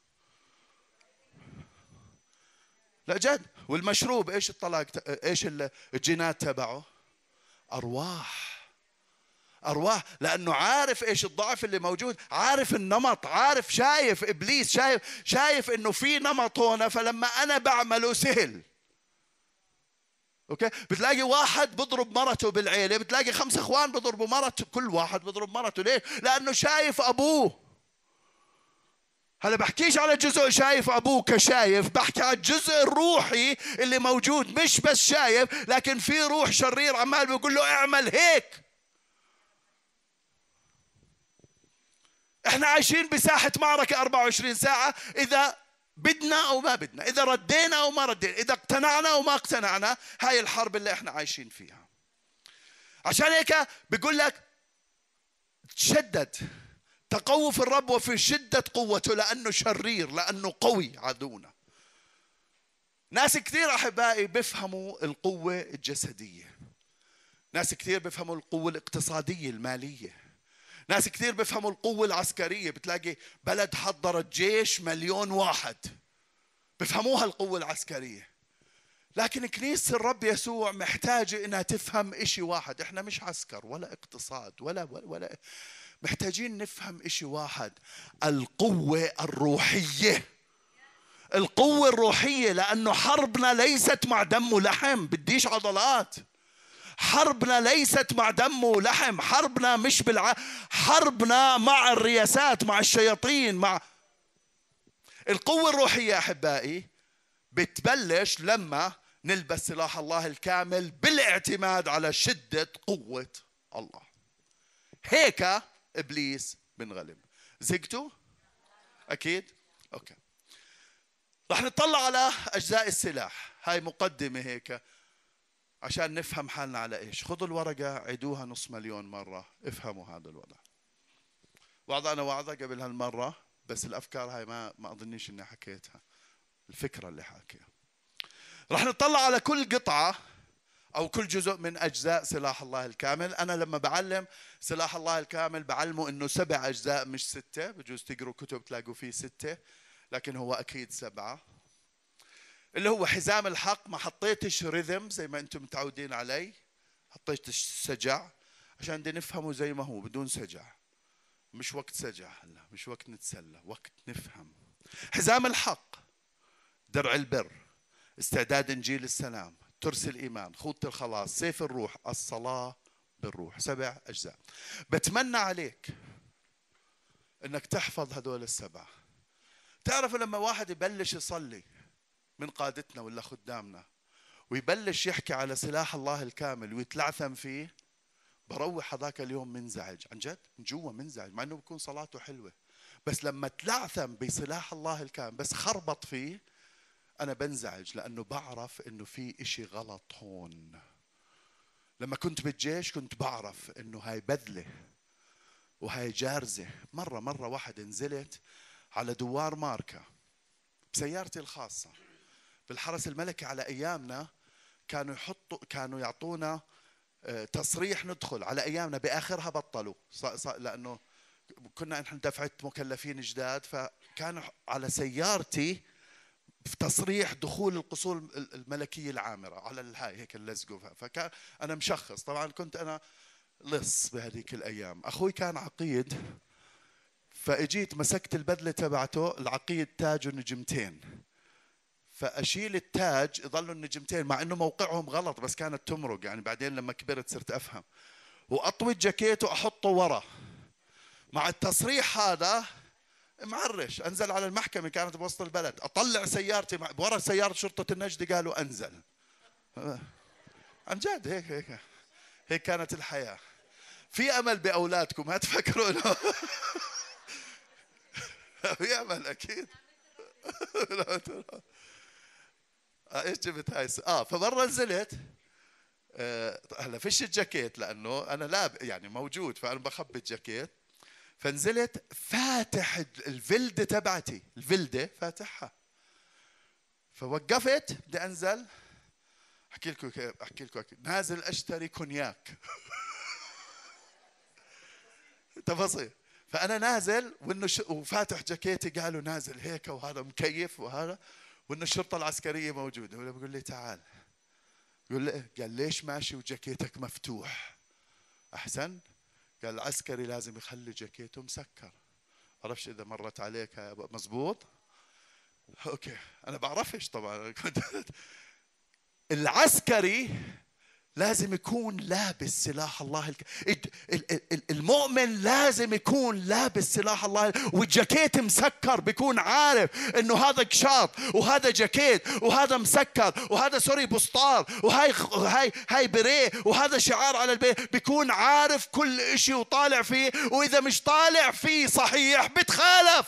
لا جد. والمشروب ايش الطلاق ايش الجينات تبعه؟ ارواح ارواح. لانه عارف ايش الضعف اللي موجود، عارف النمط، عارف شايف ابليس، شايف شايف انه في نمط هنا، فلما انا بعمله سهل. اوكي. بتلاقي واحد بضرب مرته بالعيله، بتلاقي خمسه اخوان بضربوا مرته، كل واحد بضرب مرته. ليه؟ لانه شايف ابوه. هلا بحكيش على جزء شايف ابوه كشايف، بحكي على الجزء الروحي اللي موجود، مش بس شايف لكن في روح شرير عمال بيقول له اعمل هيك. احنا عايشين بساحه معركه أربعة وعشرين ساعه، اذا بدنا او ما بدنا، اذا ردينا او ما ردينا، اذا اقتنعنا او ما اقتنعنا. هاي الحرب اللي احنا عايشين فيها. عشان هيك بيقول لك تشدد، تقووا في الرب وفي شدة قوته لأنه شرير، لأنه قوي عدونا. ناس كثير أحبائي بيفهموا القوة الجسدية، ناس كثير بيفهموا القوة الاقتصادية المالية، ناس كثير بيفهموا القوة العسكرية. بتلاقي بلد حضرت جيش مليون واحد بيفهموها القوة العسكرية. لكن كنيسة الرب يسوع محتاجة إنها تفهم إشي واحد. إحنا مش عسكر ولا اقتصاد ولا ولا, ولا محتاجين نفهم إشي واحد، القوة الروحية. القوة الروحية، لأنه حربنا ليست مع دم ولحم. بديش عضلات. حربنا ليست مع دم ولحم. حربنا مش بالع حربنا مع الرياسات، مع الشياطين، مع القوة الروحية. أحبائي بتبلش لما نلبس سلاح الله الكامل بالاعتماد على شدة قوة الله. هيك إبليس بنغلب. زقتوا؟ أكيد؟ أوكي. راح نطلع على أجزاء السلاح. هاي مقدمة هيك عشان نفهم حالنا على إيش. خذوا الورقة عيدوها نص مليون مرة، افهموا هذا الوضع. وعظ أنا وعظة قبل هالمرة، بس الأفكار هاي ما ما أظنيش إني حكيتها، الفكرة اللي حاكيها. راح نطلع على كل قطعة أو كل جزء من أجزاء سلاح الله الكامل. أنا لما بعلم سلاح الله الكامل بعلمه إنه سبع أجزاء مش ستة، بجوز تقروا كتب تلاقوا فيه ستة، لكن هو أكيد سبعة. اللي هو حزام الحق، ما حطيتش ريذم زي ما أنتم متعودين علي، حطيتش سجع عشان بدي نفهمه زي ما هو بدون سجع. مش وقت سجع هلا، مش وقت نتسلى، وقت نفهم. حزام الحق، درع البر، استعداد إنجيل السلام، ترس الإيمان، خوذة الخلاص، سيف الروح، الصلاة بالروح. سبع أجزاء. بتمنى عليك إنك تحفظ هذول السبع. تعرف لما واحد يبلش يصلي من قادتنا ولا خدامنا ويبلش يحكي على سلاح الله الكامل ويتلعثم فيه، بروح هذاك اليوم منزعج عن جد، من جوا منزعج، مع انه بيكون صلاته حلوه، بس لما تلعثم بسلاح الله الكامل بس خربط فيه انا بنزعج، لانه بعرف انه في اشي غلط هون. لما كنت بالجيش كنت بعرف انه هاي بذله وهاي جارزه. مره مره واحد نزلت على دوار ماركه بسيارتي الخاصه بالحرس الملكي. على ايامنا كانوا يحطوا كانوا يعطونا تصريح ندخل، على ايامنا باخرها بطلوا لانه كنا نحن دفعه مكلفين جداد، فكانوا على سيارتي في تصريح دخول القصور الملكيه العامره على الهاي هيك اللزقوا. فكان انا مشخص، طبعا كنت انا لص بهذيك الايام. اخوي كان عقيد، فاجيت مسكت البدله تبعته، العقيد تاجه نجمتين، فاشيل التاج يظلوا النجمتين مع انه موقعهم غلط بس كانت تمرق يعني. بعدين لما كبرت صرت افهم. واطوي الجاكيت واحطه ورا مع التصريح هذا معرش. انزل على المحكمه كانت بوسط البلد، اطلع سيارتي ورا سياره شرطه النجده قالوا انزل. عن جد هيك هيك هيك كانت الحياه. في امل باولادكم، ما تفكروا انه في امل اكيد. ايش جبت هاي؟ اه فمره نزلت، آه هلا فيش الجاكيت لانه انا لا يعني موجود، فانا بخبي الجاكيت. فنزلت فاتح الفلده تبعتي، الفلده فاتحها. فوقفت بدي انزل، احكي لكم احكي لكم نازل اشتري كونياك تفاصيل. فانا نازل وانه ش... وفاتح جاكيتي، قالوا نازل هيك وهذا مكيف وهذا، وانه الشرطه العسكريه موجوده. ولا بقول لي تعال، يقول لي قال ليش ماشي وجاكيتك مفتوح؟ احسن. قال العسكري لازم يخلي جاكيته مسكر. بعرفش اذا مرت عليك مزبوط. اوكي انا بعرفش طبعا. العسكري لازم يكون لابس سلاح الله الك... المؤمن لازم يكون لابس سلاح الله، والجاكيت مسكر، بيكون عارف انه هذا قشاط وهذا جاكيت وهذا مسكر وهذا سوري بسطار وهاي هاي هاي بريه وهذا شعار على البيت. بيكون عارف كل اشي وطالع فيه، واذا مش طالع فيه صحيح بتخالف.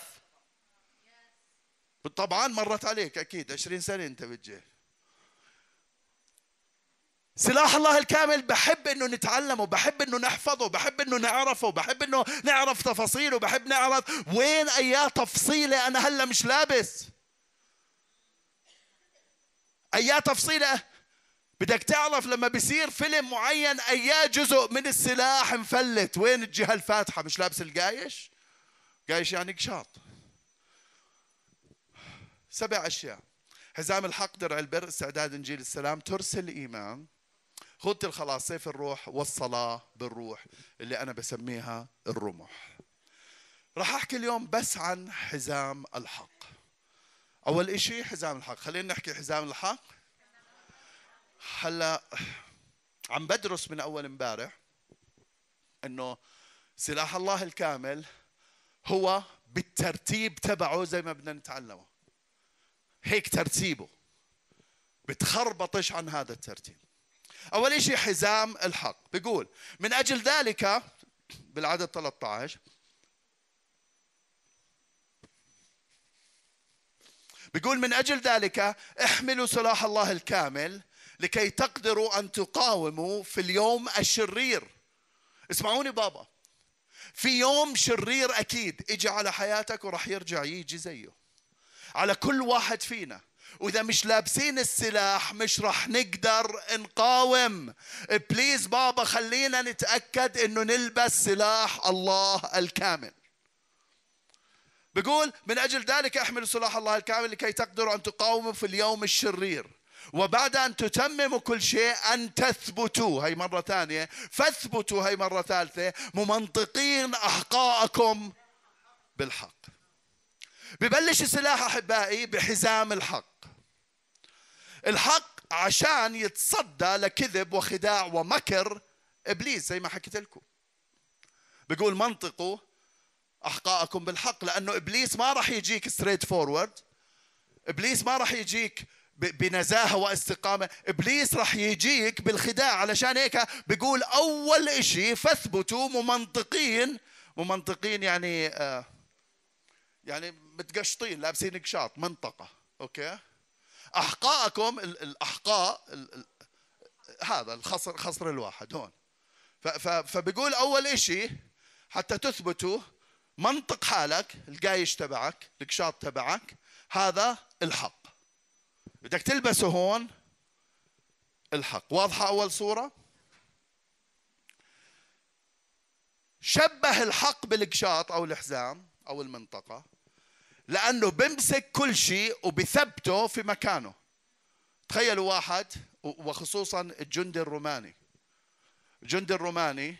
طبعا مرت عليك اكيد عشرين سنة انت بالجيش. سلاح الله الكامل بحب انه نتعلمه، بحب انه نحفظه، بحب انه نعرفه، بحب انه نعرف تفاصيله، بحب نعرف وين اي تفصيلة انا هلا مش لابس. اي تفصيلة بدك تعرف لما بيصير فيلم معين اي جزء من السلاح مفلت، وين الجهة الفاتحة مش لابس القايش؟ قايش يعني قشاط. سبع اشياء: حزام الحق، درع البر، استعداد انجيل السلام، ترس الايمان، خوذة الخلاص، سيف الروح، والصلاة بالروح اللي أنا بسميها الرمح. راح أحكي اليوم بس عن حزام الحق. أول إشي حزام الحق. خلينا نحكي حزام الحق. هلا عم بدرس من أول امبارح إنه سلاح الله الكامل هو بالترتيب تبعه زي ما بدنا نتعلمه، هيك ترتيبه، بتخربطش عن هذا الترتيب. أول شيء حزام الحق، بيقول من أجل ذلك بالعدد ثلاثة عشر، بيقول من أجل ذلك احملوا سلاح الله الكامل لكي تقدروا أن تقاوموا في اليوم الشرير. اسمعوني بابا، في يوم شرير أكيد إجي على حياتك وراح يرجع يجي زيه على كل واحد فينا، وإذا مش لابسين السلاح مش راح نقدر نقاوم. بليز بابا خلينا نتأكد إنه نلبس سلاح الله الكامل. بيقول من أجل ذلك احملوا سلاح الله الكامل لكي تقدروا أن تقاوموا في اليوم الشرير، وبعد أن تتمموا كل شيء أن تثبتوا. هاي مرة ثانية، فاثبتوا. هاي مرة ثالثة، ممنطقين أحقاءكم بالحق. ببلش السلاح أحبائي بحزام الحق. الحق عشان يتصدى لكذب وخداع ومكر إبليس زي ما حكيت لكم. بيقول منطقوا أحقاءكم بالحق، لأنه إبليس ما راح يجيك ستريت فورورد. إبليس ما راح يجيك بنزاهة واستقامة. إبليس راح يجيك بالخداع. علشان هيك بيقول أول إشي فاثبتوا ممنطقين. ممنطقين يعني آه يعني متقشطين، لابسين قشاط، منطقة. أوكي. أحقاءكم، الأحقاء ال ال هذا الخصر، خصر الواحد هون. فبيقول أول إشي حتى تثبتوا منطق حالك، القايش تبعك، القشاط تبعك، هذا الحق. بدك تلبسه هون الحق. واضحة أول صورة؟ شبه الحق بالقشاط أو الحزام أو المنطقة، لأنه بمسك كل شيء وبثبته في مكانه. تخيلوا واحد، وخصوصا الجندي الروماني، الجندي الروماني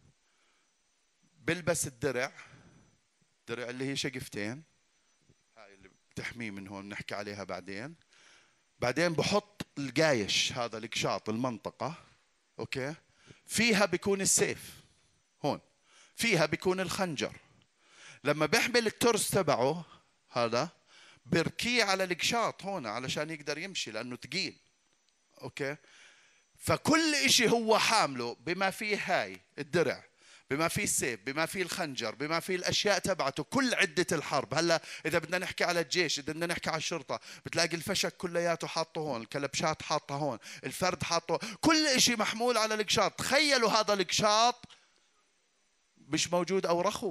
بلبس الدرع، الدرع اللي هي شقفتين، هاي اللي بتحميه من هون، نحكي عليها بعدين. بعدين بحط القايش، هذا القشاط، المنطقة، اوكي، فيها بيكون السيف هون، فيها بيكون الخنجر. لما بيحمل الترس تبعه هذا بركيه على القشاط هون علشان يقدر يمشي لأنه ثقيل. اوكي. فكل اشي هو حامله بما فيه هاي الدرع، بما فيه السيف، بما فيه الخنجر، بما فيه الاشياء تبعته، كل عده الحرب. هلا اذا بدنا نحكي على الجيش، اذا بدنا نحكي على الشرطه، بتلاقي الفشك كلياته حاطه هون، الكلبشات حاطه هون، الفرد حاطه، كل اشي محمول على القشاط. تخيلوا هذا القشاط مش موجود او رخو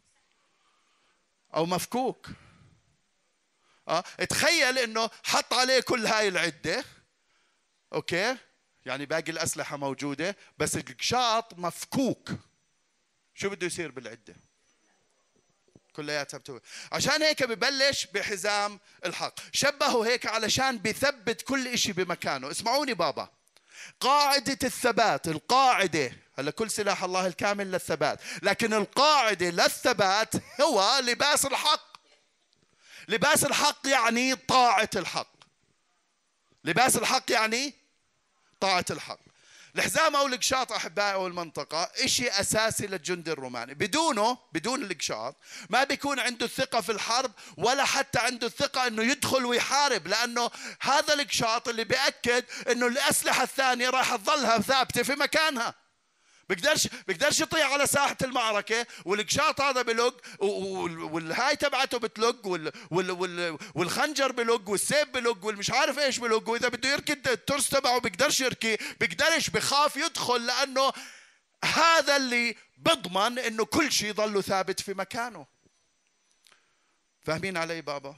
او مفكوك. اه تخيل انه حط عليه كل هاي العده، اوكي، يعني باقي الاسلحه موجوده بس القشاط مفكوك، شو بده يصير بالعده؟ كلياتها بتوي. عشان هيك ببلش بحزام الحق. شبهه هيك علشان بثبت كل اشي بمكانه. اسمعوني بابا، قاعده الثبات، القاعده، هلا كل سلاح الله الكامل للثبات، لكن القاعده للثبات هو لباس الحق. لباس الحق يعني طاعه الحق. لباس الحق يعني طاعه الحق. الحزام او القشاط احبائي او المنطقه اشي اساسي للجندي الروماني. بدونه، بدون القشاط ما بيكون عنده الثقه في الحرب، ولا حتى عنده الثقه انه يدخل ويحارب، لانه هذا القشاط اللي بياكد انه الاسلحه الثانيه راح تظلها ثابته في مكانها. بيقدرش بيقدرش يطيع على ساحه المعركه والقشاط هذا بلق، والهاي تبعته بتلق، وال وال وال والخنجر بلق، والسيف بلق، والمش عارف ايش بلق، واذا بده يركض الترس تبعه بيقدرش يركي، بيقدرش، بخاف يدخل، لانه هذا اللي بضمن انه كل شيء يضل ثابت في مكانه. فاهمين علي بابا؟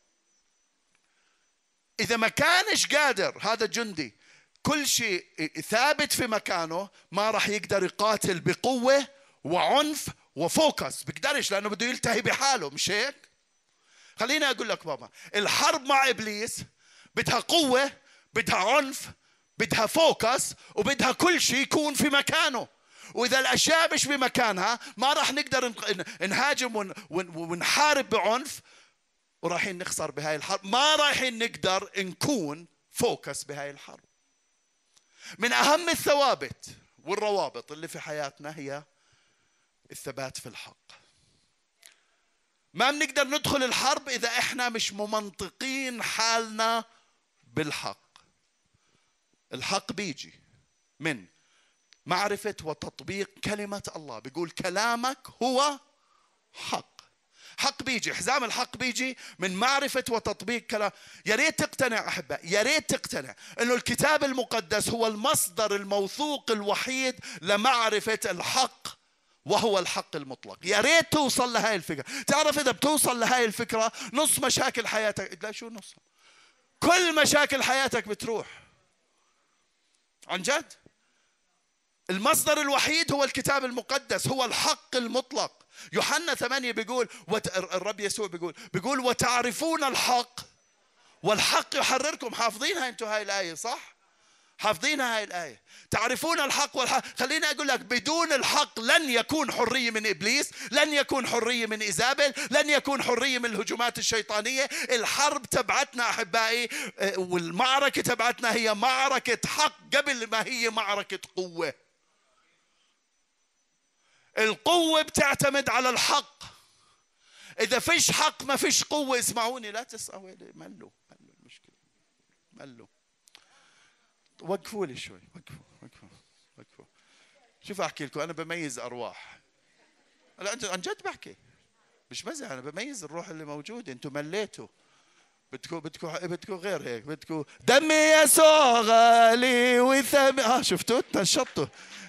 اذا ما كانش قادر هذا الجندي كل شيء ثابت في مكانه، ما راح يقدر يقاتل بقوة وعنف وفوكس، بيقدرش، لأنه بده يلتهي بحاله، مش هيك؟ خليني أقول لك بابا، الحرب مع إبليس بدها قوة، بدها عنف، بدها فوكس، وبدها كل شيء يكون في مكانه. وإذا الأشياء مش بمكانها ما راح نقدر نهاجم ونحارب بعنف، ورايحين نخسر بهاي الحرب. ما رايحين نقدر نكون فوكس بهاي الحرب. من أهم الثوابت والروابط اللي في حياتنا هي الثبات في الحق. ما بنقدر ندخل الحرب إذا إحنا مش ممنطقين حالنا بالحق. الحق بيجي من معرفة وتطبيق كلمة الله. بيقول كلامك هو حق. حق بيجي، حزام الحق بيجي من معرفة وتطبيق كلام. يا ريت تقتنع أحباء، يا ريت تقتنع إنه الكتاب المقدس هو المصدر الموثوق الوحيد لمعرفة الحق، وهو الحق المطلق. يا ريت توصل لهاي الفكرة. تعرف إذا بتوصل لهاي الفكرة نص مشاكل حياتك، لا شو نص، كل مشاكل حياتك بتروح عن جد. المصدر الوحيد هو الكتاب المقدس، هو الحق المطلق. يوحنا ثمانية بيقول، الرب يسوع بيقول بيقول وتعرفون الحق والحق يحرركم. حافظينها انتم هاي الآية صح؟ حافظينها هاي الآية، تعرفون الحق والحق. خليني أقول لك، بدون الحق لن يكون حرية من إبليس، لن يكون حرية من إيزابل، لن يكون حرية من الهجمات الشيطانية. الحرب تبعتنا أحبائي والمعركة تبعتنا هي معركة حق قبل ما هي معركة قوة. القوة بتعتمد على الحق. إذا فيش حق ما فيش قوة. اسمعوني، لا تسألوا، ملوا ملوا المشكلة، ملوا. وقفوا لي شوي، وقفوا وقفوا وقفوا. شوف أحكي لكم، أنا بميز أرواح. لا عن جد بحكي، مش مزح، أنا بميز الروح اللي موجودة. أنتم مليتوا، بدكم بدكم بدكم غير هيك، بدكم دمي يسوع غالي وثمين. ها شفتوا تنشطوا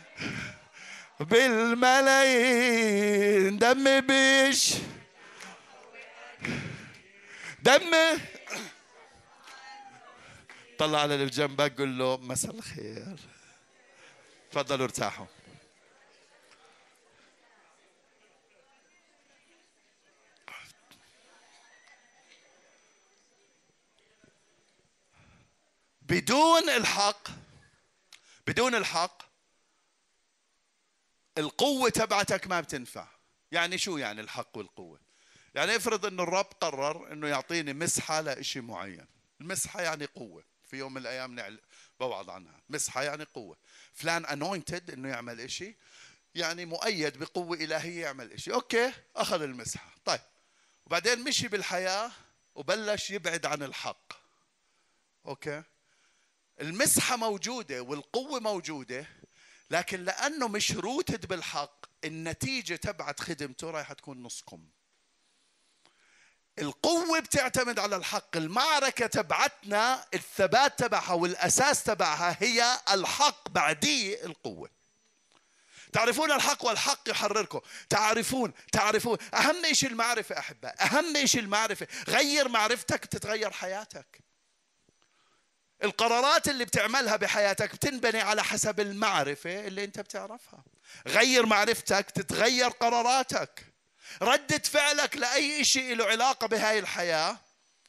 بالملايين، دمي بيش دمي. طلع على اللي بجنبك قل له مساء الخير، تفضلوا ارتاحوا. بدون الحق، بدون الحق القوة تبعتك ما بتنفع. يعني شو يعني الحق والقوة؟ يعني افرض ان الرب قرر انه يعطيني مسحة لإشي معين. المسحة يعني قوة، في يوم من الايام نعل بوعظ عنها. مسحة يعني قوة، فلان anointed انه يعمل اشي، يعني مؤيد بقوة الهية يعمل اشي. اوكي، اخذ المسحة، طيب وبعدين مشي بالحياة وبلش يبعد عن الحق. اوكي، المسحة موجودة والقوة موجودة، لكن لأنه مش روتد بالحق النتيجة تبعت خدمته رايحة تكون نصكم. القوة بتعتمد على الحق. المعركة تبعتنا الثبات تبعها والأساس تبعها هي الحق، بعديه القوة. تعرفون الحق والحق يحرركم. تعرفون تعرفون أهم شيء المعرفة أحباء، أهم شيء المعرفة. غير معرفتك تتغير حياتك. القرارات اللي بتعملها بحياتك بتنبني على حسب المعرفة اللي انت بتعرفها. غير معرفتك تتغير قراراتك. ردة فعلك لأي شيء له علاقة بهاي الحياة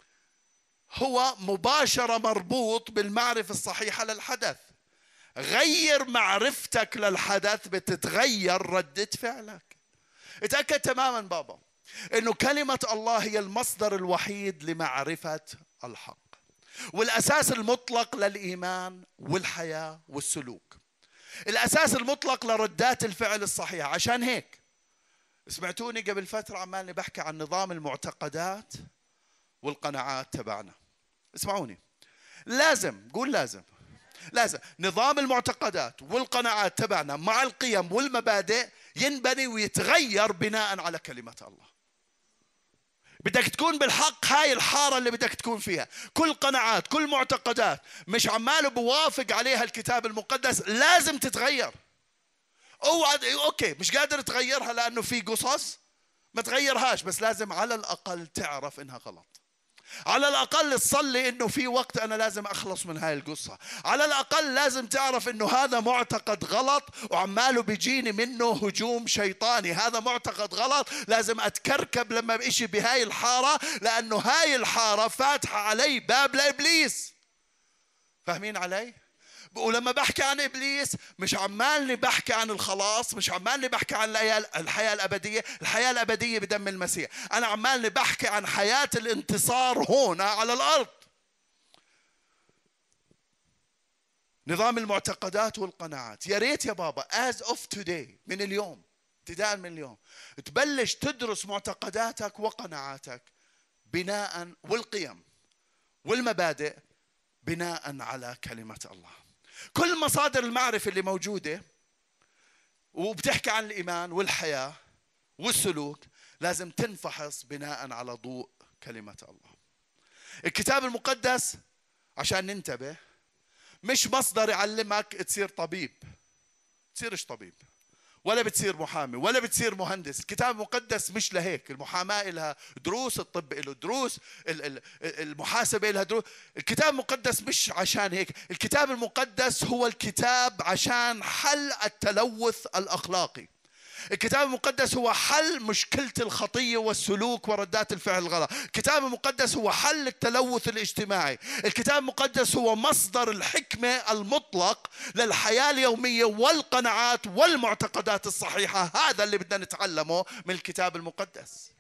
هو مباشرة مربوط بالمعرفة الصحيحة للحدث. غير معرفتك للحدث بتتغير ردة فعلك. اتأكد تماما بابا انه كلمة الله هي المصدر الوحيد لمعرفة الحق والأساس المطلق للإيمان والحياة والسلوك، الأساس المطلق لردات الفعل الصحيحة. عشان هيك سمعتوني قبل فترة عمالي بحكي عن نظام المعتقدات والقناعات تبعنا. اسمعوني، لازم قول لازم لازم نظام المعتقدات والقناعات تبعنا مع القيم والمبادئ ينبني ويتغير بناء على كلمة الله. بدك تكون بالحق هاي الحارة اللي بدك تكون فيها. كل قناعات كل معتقدات مش عماله بوافق عليها الكتاب المقدس لازم تتغير. اوعى اوكي مش قادر تغيرها لانه في قصص، ما تغيرهاش، بس لازم على الاقل تعرف انها غلط. على الاقل تصلي انه في وقت انا لازم اخلص من هاي القصة. على الاقل لازم تعرف انه هذا معتقد غلط وعماله بيجيني منه هجوم شيطاني. هذا معتقد غلط، لازم اتكركب لما بإشي بهاي الحارة، لانه هاي الحارة فاتحة علي باب لابليس. فاهمين علي؟ ولما بحكي عن إبليس مش عمالني بحكي عن الخلاص، مش عمالني بحكي عن الحياة الأبدية. الحياة الأبدية بدم المسيح. أنا عمالني بحكي عن حياة الانتصار هنا على الأرض. نظام المعتقدات والقناعات. يا ريت يا بابا as of today، من اليوم ابتداء من اليوم تبلش تدرس معتقداتك وقناعاتك بناء والقيم والمبادئ بناء على كلمة الله. كل مصادر المعرفة اللي موجودة وبتحكي عن الإيمان والحياة والسلوك لازم تنفحص بناء على ضوء كلمة الله. الكتاب المقدس عشان ننتبه مش مصدر يعلمك تصير طبيب، تصيرش طبيب ولا بتصير محامي ولا بتصير مهندس. الكتاب المقدس مش لهيك. المحاماة لها دروس، الطب له دروس، المحاسبة لها دروس. الكتاب المقدس مش عشان هيك. الكتاب المقدس هو الكتاب عشان حل التلوث الأخلاقي. الكتاب المقدس هو حل مشكلة الخطية والسلوك وردات الفعل الغلط. الكتاب المقدس هو حل التلوث الاجتماعي. الكتاب المقدس هو مصدر الحكمة المطلق للحياة اليومية والقناعات والمعتقدات الصحيحة. هذا اللي بدنا نتعلمه من الكتاب المقدس.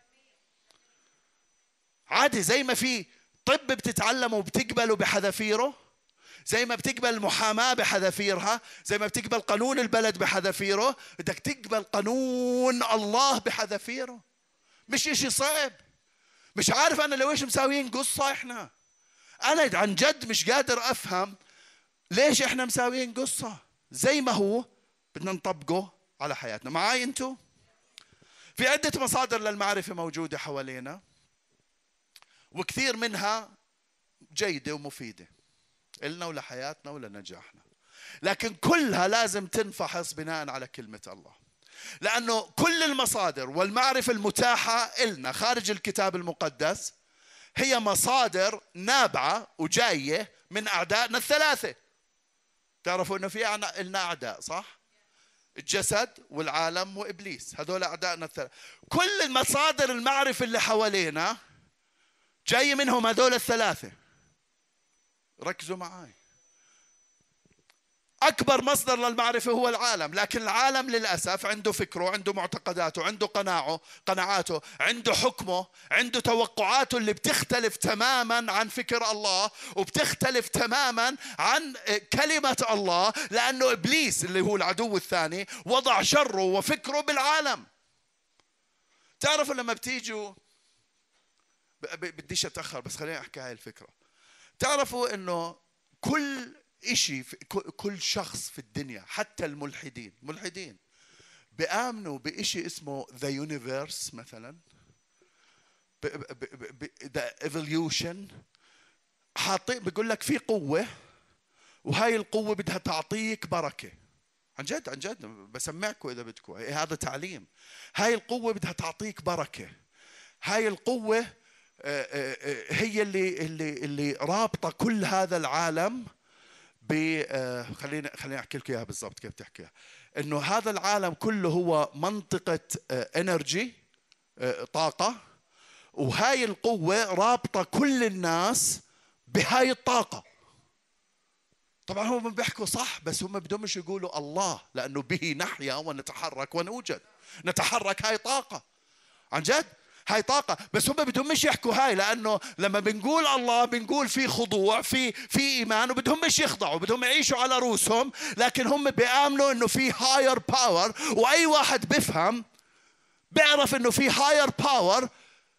عادي زي ما في طب بتتعلمه وبتقبله بحذافيره، زي ما بتقبل المحاماة بحذافيرها، زي ما بتقبل قانون البلد بحذافيره، بدك تقبل قانون الله بحذافيره. مش اشي صعب. مش عارف انا لو ايش مساويين قصة احنا. انا عن جد مش قادر افهم ليش احنا مساويين قصة. زي ما هو بدنا نطبقه على حياتنا. معاي انتو؟ في عدة مصادر للمعرفة موجودة حوالينا، وكثير منها جيدة ومفيدة إلنا ولحياتنا ولنجاحنا، لكن كلها لازم تنفحص بناء على كلمة الله. لأنه كل المصادر والمعرفة المتاحة إلنا خارج الكتاب المقدس هي مصادر نابعة وجاية من أعدائنا الثلاثة. تعرفوا أنه في إلنا أعداء، صح؟ الجسد والعالم وإبليس، هذول أعدائنا الثلاثة. كل المصادر المعرفة اللي حوالينا جاي منهم هذول الثلاثة. ركزوا معاي. أكبر مصدر للمعرفة هو العالم، لكن العالم للأسف عنده فكره، عنده معتقداته، عنده قناعه قناعاته، عنده حكمه، عنده توقعاته اللي بتختلف تماما عن فكر الله، وبتختلف تماما عن كلمة الله، لأنه إبليس اللي هو العدو الثاني وضع شره وفكره بالعالم. تعرفوا لما بتيجوا، بديش أتأخر بس خليني أحكي هاي الفكرة. تعرفوا إنه كل إشي، كل شخص في الدنيا، حتى الملحدين ملحدين بيآمنوا بإشي اسمه the universe مثلا، the evolution. حاطين بيقول لك في قوة، وهاي القوة بدها تعطيك بركة. عن جد عن جد بسمعكم إذا بدكم، هذا تعليم. هاي القوة بدها تعطيك بركة. هاي القوة هي اللي اللي اللي رابطة كل هذا العالم ب خليني خليني احكي لكم اياها بالضبط كيف تحكيها. انه هذا العالم كله هو منطقة انرجي، طاقة، وهاي القوة رابطة كل الناس بهاي الطاقة. طبعا هم بيحكوا صح، بس هم بدهمش يقولوا الله، لانه به نحيا ونتحرك ونوجد. نتحرك، هاي طاقة عن جد، هاي طاقة. بس هم بدهم مش يحكوا هاي، لأنه لما بنقول الله بنقول في خضوع، في في إيمان، وبدهم مش يخضعوا، بدهم يعيشوا على رؤوسهم. لكن هم بيآمنوا إنه في هاير باور، وأي واحد بفهم بيعرف إنه في هاير باور،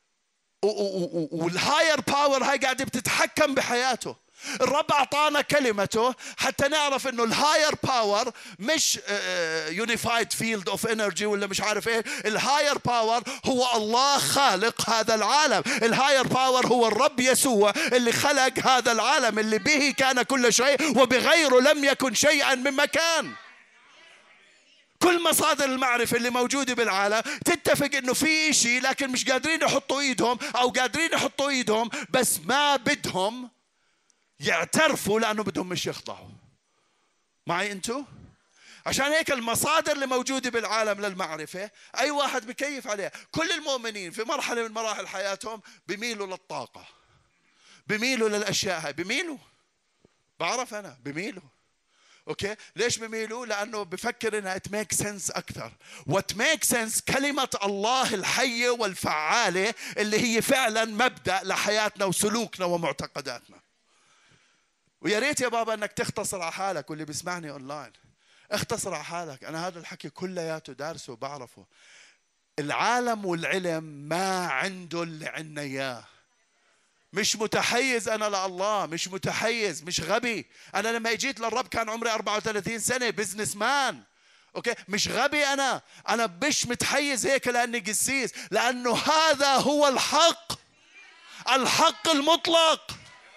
والهاير باور هاي قاعدة بتتحكم بحياته. الرب أعطانا كلمته حتى نعرف إنه الهاير باور مش يونيفايد فيلد اوف انرجي ولا مش عارف ايه. الهاير باور هو الله خالق هذا العالم. الهاير باور هو الرب يسوع اللي خلق هذا العالم، اللي به كان كل شيء وبغيره لم يكن شيئا مما كان. كل مصادر المعرفة اللي موجودة بالعالم تتفق انه في شيء، لكن مش قادرين يحطوا ايدهم، او قادرين يحطوا ايدهم بس ما بدهم يعترفوا، لأنه بدهم مش يخضعوا. معي أنتوا؟ عشان هيك المصادر اللي موجودة بالعالم للمعرفة أي واحد بكيف عليها. كل المؤمنين في مرحلة من مراحل حياتهم بيميلوا للطاقة، بيميلوا للأشياء هاي، بيميلوا، بعرف أنا بيميلوا. أوكي، ليش بيميلوا؟ لأنه بفكر إنها it makes sense أكثر. what makes sense كلمة الله الحية والفعالة اللي هي فعلا مبدأ لحياتنا وسلوكنا ومعتقداتنا. ويا ريت يا بابا انك تختصر على حالك، واللي بيسمعني اونلاين اختصر على حالك. انا هذا الحكي كلياته دارسه وبعرفه. العالم والعلم ما عنده اللي عنا اياه. مش متحيز انا لله، مش متحيز، مش غبي. انا لما اجيت للرب كان عمري أربعة وثلاثين سنة، بزنس مان، اوكي، مش غبي انا، انا مش متحيز هيك لاني قسيس، لانه هذا هو الحق، الحق المطلق.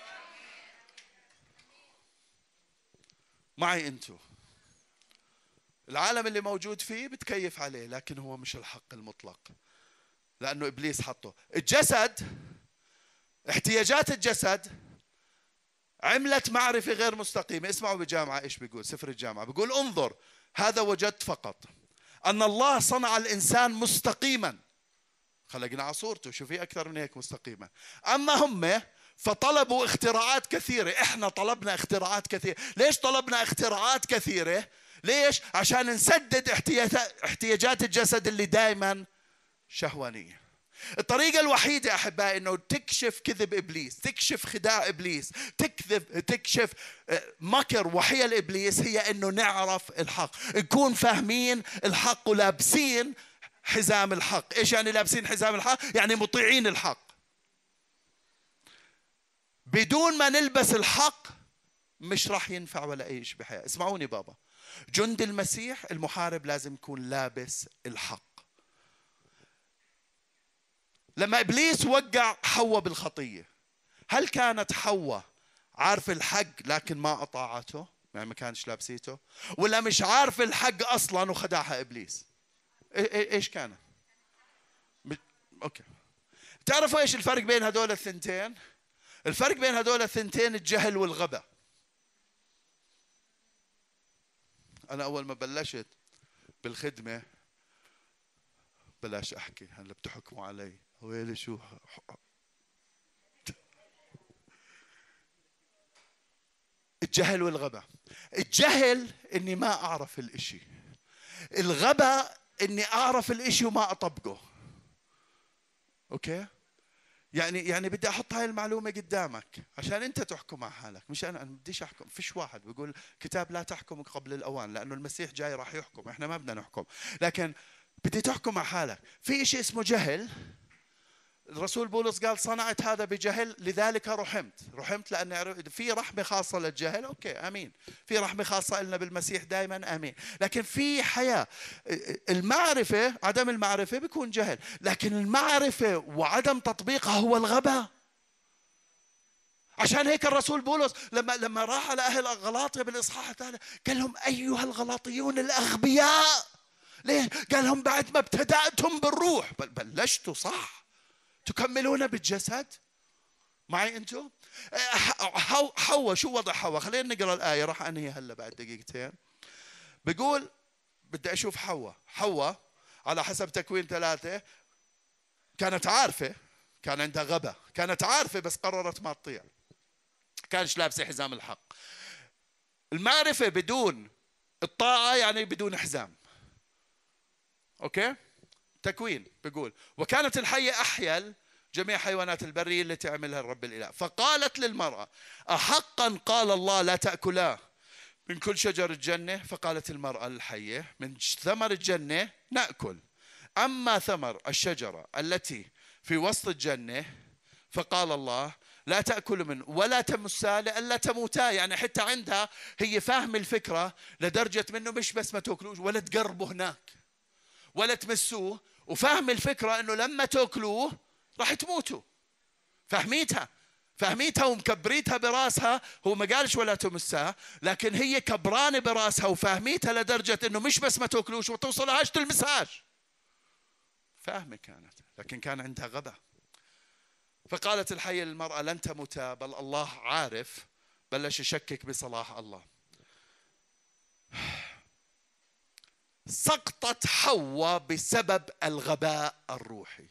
معي انتو؟ العالم اللي موجود فيه بتكيف عليه، لكن هو مش الحق المطلق، لانه ابليس حطه. الجسد، احتياجات الجسد عملت معرفة غير مستقيمة. اسمعوا بجامعة ايش بيقول سفر الجامعة، بيقول انظر هذا وجدت فقط ان الله صنع الانسان مستقيما، خلقنا على صورته، شو في اكثر من هيك مستقيمة. اما هم فطلبوا اختراعات كثيرة. احنا طلبنا اختراعات كثيرة. ليش طلبنا اختراعات كثيرة؟ ليش؟ عشان نسدد احتياجات الجسد اللي دائما شهوانية. الطريقة الوحيدة أحبائي إنه تكشف كذب إبليس، تكشف خداع إبليس، تكذب تكشف مكر وحيل إبليس، هي إنه نعرف الحق، نكون فاهمين الحق ولابسين حزام الحق. إيش يعني لابسين حزام الحق؟ يعني مطيعين الحق. بدون ما نلبس الحق مش راح ينفع ولا أي شيء بحياة. اسمعوني بابا، جند المسيح المحارب لازم يكون لابس الحق. لما إبليس وقع حواء بالخطية، هل كانت حواء عارفة الحق لكن ما أطاعته؟ يعني ما كانش لابسيته؟ ولا مش عارفة الحق أصلا وخدعها إبليس؟ إيش كان؟ أوكي، تعرفوا إيش الفرق بين هدول الثنتين؟ الفرق بين هدول الثنتين الجهل والغباء. أنا أول ما بلشت بالخدمة، بلاش أحكي هلا بتحكموا علي، ويلي شو الجهل والغباء. الجهل إني ما أعرف الإشي، الغباء إني أعرف الإشي وما أطبقه. أوكي؟ يعني يعني بدي أحط هاي المعلومة قدامك عشان أنت تحكم مع حالك، مش أنا. أنا بديش أحكم. فيش واحد بيقول كتاب لا تحكم قبل الأوان، لأنه المسيح جاي راح يحكم، إحنا ما بدنا نحكم، لكن بدي تحكم مع حالك. في شيء اسمه جهل. الرسول بولس قال صنعت هذا بجهل لذلك رحمت. رحمت لأن في رحمة خاصة للجهل، أوكي أمين. في رحمة خاصة لنا بالمسيح دائما، أمين. لكن في حياة المعرفة، عدم المعرفة بيكون جهل، لكن المعرفة وعدم تطبيقها هو الغباء. عشان هيك الرسول بولس لما لما راح على أهل غلاطية بالإصحاح الثالث قال لهم أيها الغلاطيون الأغبياء. ليه؟ قال لهم بعد ما ابتدأتم بالروح بلشتوا صح تكملون بالجسد. معي انتم؟ حواء، شو وضع حواء؟ خلينا نقرا الآية، راح أنهي هلا بعد دقيقتين. بيقول بدي أشوف حواء. حواء على حسب تكوين ثلاثة كانت عارفة، كان عندها غباء، كانت عارفة بس قررت ما تطيع، كانش لابسة حزام الحق. المعرفة بدون الطاعة يعني بدون حزام. أوكي؟ تكوين بيقول وكانت الحية أحيل جميع حيوانات البرية التي عملها الرب الإله، فقالت للمرأة أحقا قال الله لا تأكلا من كل شجر الجنة؟ فقالت المرأة للحية من ثمر الجنة نأكل، أما ثمر الشجرة التي في وسط الجنة فقال الله لا تأكل منه ولا تمسا لئلا تموتا. يعني حتى عندها هي فاهم الفكرة لدرجة منه مش بس ما تأكلوش ولا تقربوا هناك ولا تمسوه، وفاهم الفكرة انه لما تأكلوه راح تموتوا. فهميتها فهميتها ومكبريتها براسها. هو ما قالش ولا تمسها، لكن هي كبرانة براسها وفهميتها لدرجة انه مش بس ما تأكلوش وتوصلهاش تلمسهاش. فاهمة كانت، لكن كان عندها غباء. فقالت الحية للمرأة لن تموتا بل الله عارف. بلش يشكك بصلاح الله. سقطت حواء بسبب الغباء الروحي.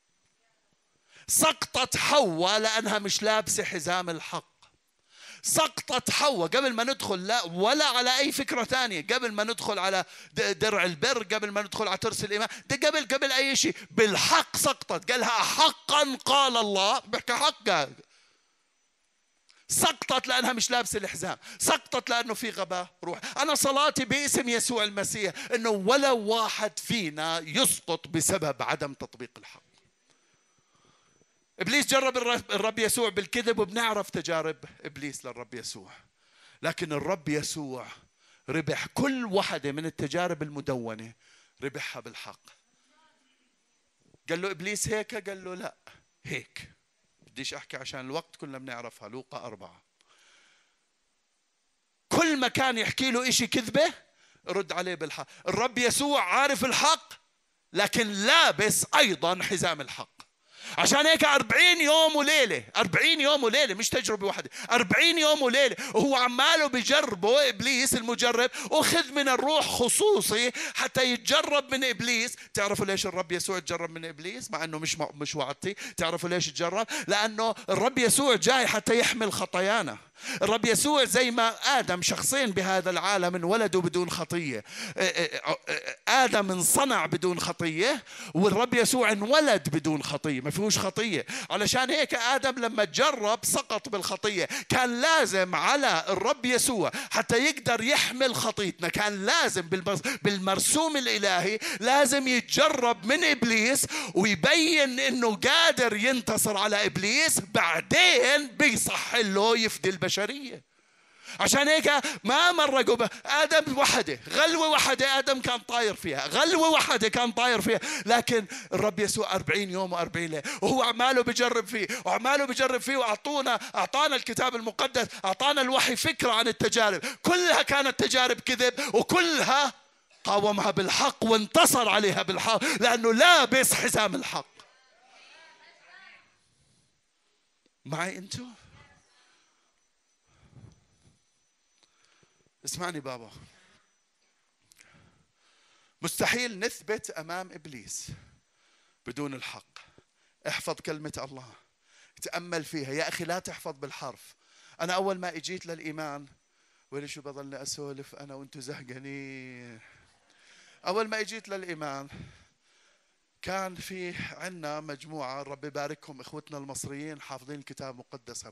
سقطت حواء لأنها مش لابسة حزام الحق. سقطت حواء قبل ما ندخل لا ولا على أي فكرة ثانية، قبل ما ندخل على درع البر، قبل ما ندخل على ترس الإيمان، ده قبل قبل أي شيء بالحق سقطت. قالها حقا قال الله، بحكي حق. سقطت لأنها مش لابسة الحزام، سقطت لأنه في غباء روح. أنا صلاتي باسم يسوع المسيح إنه ولا واحد فينا يسقط بسبب عدم تطبيق الحق. إبليس جرب الرب يسوع بالكذب، وبنعرف تجارب إبليس للرب يسوع، لكن الرب يسوع ربح كل واحدة من التجارب المدونة، ربحها بالحق. قال له إبليس هيك؟ قال له لا هيك. بديش أحكي عشان الوقت، كلنا بنعرفها، لوقا أربعة. كل ما كان يحكي له إشي كذبة رد عليه بالحق. الرب يسوع عارف الحق لكن لابس أيضا حزام الحق. عشان هيك أربعين يوم وليلة، أربعين يوم وليلة، مش تجربة واحدة، أربعين يوم وليلة وهو عماله بجربه إبليس المجرب، أخذ من الروح خصوصي حتى يتجرب من إبليس. تعرفوا ليش الرب يسوع تجرب من إبليس مع أنه مش مش وعدتي؟ تعرفوا ليش تجرب؟ لأنه الرب يسوع جاي حتى يحمل خطايانا. الرب يسوع زي ما آدم شخصين بهذا العالم انولدوا بدون خطية، آدم انصنع بدون خطية، والرب يسوع انولد بدون خطية، ما فيهوش خطية. علشان هيك آدم لما تجرب سقط بالخطية. كان لازم على الرب يسوع حتى يقدر يحمل خطيتنا، كان لازم بالمرسوم الإلهي لازم يتجرب من إبليس ويبين إنه قادر ينتصر على إبليس، بعدين بيصح له يفدي البشرية. عشان هيك ما مرقوا آدم وحده، غلوة وحده آدم كان طاير فيها، غلوة وحده كان طاير فيها، لكن الرب يسوع أربعين يوم وأربعين ليلة وهو أعماله بجرب فيه وأعماله بجرب فيه. وأعطونا أعطانا الكتاب المقدس، أعطانا الوحي فكرة عن التجارب، كلها كانت تجارب كذب وكلها قاومها بالحق وانتصر عليها بالحق، لأنه لابس حزام الحق. معي أنتوا؟ اسمعني بابا، مستحيل نثبت أمام إبليس بدون الحق. احفظ كلمة الله، تأمل فيها يا أخي، لا تحفظ بالحرف. أنا أول ما إجيت للإيمان ولا شو بضلني أسولف أنا وأنتوا زهقانين. أول ما إجيت للإيمان كان في عنا مجموعة، رب يباركهم، إخوتنا المصريين حافظين الكتاب المقدس،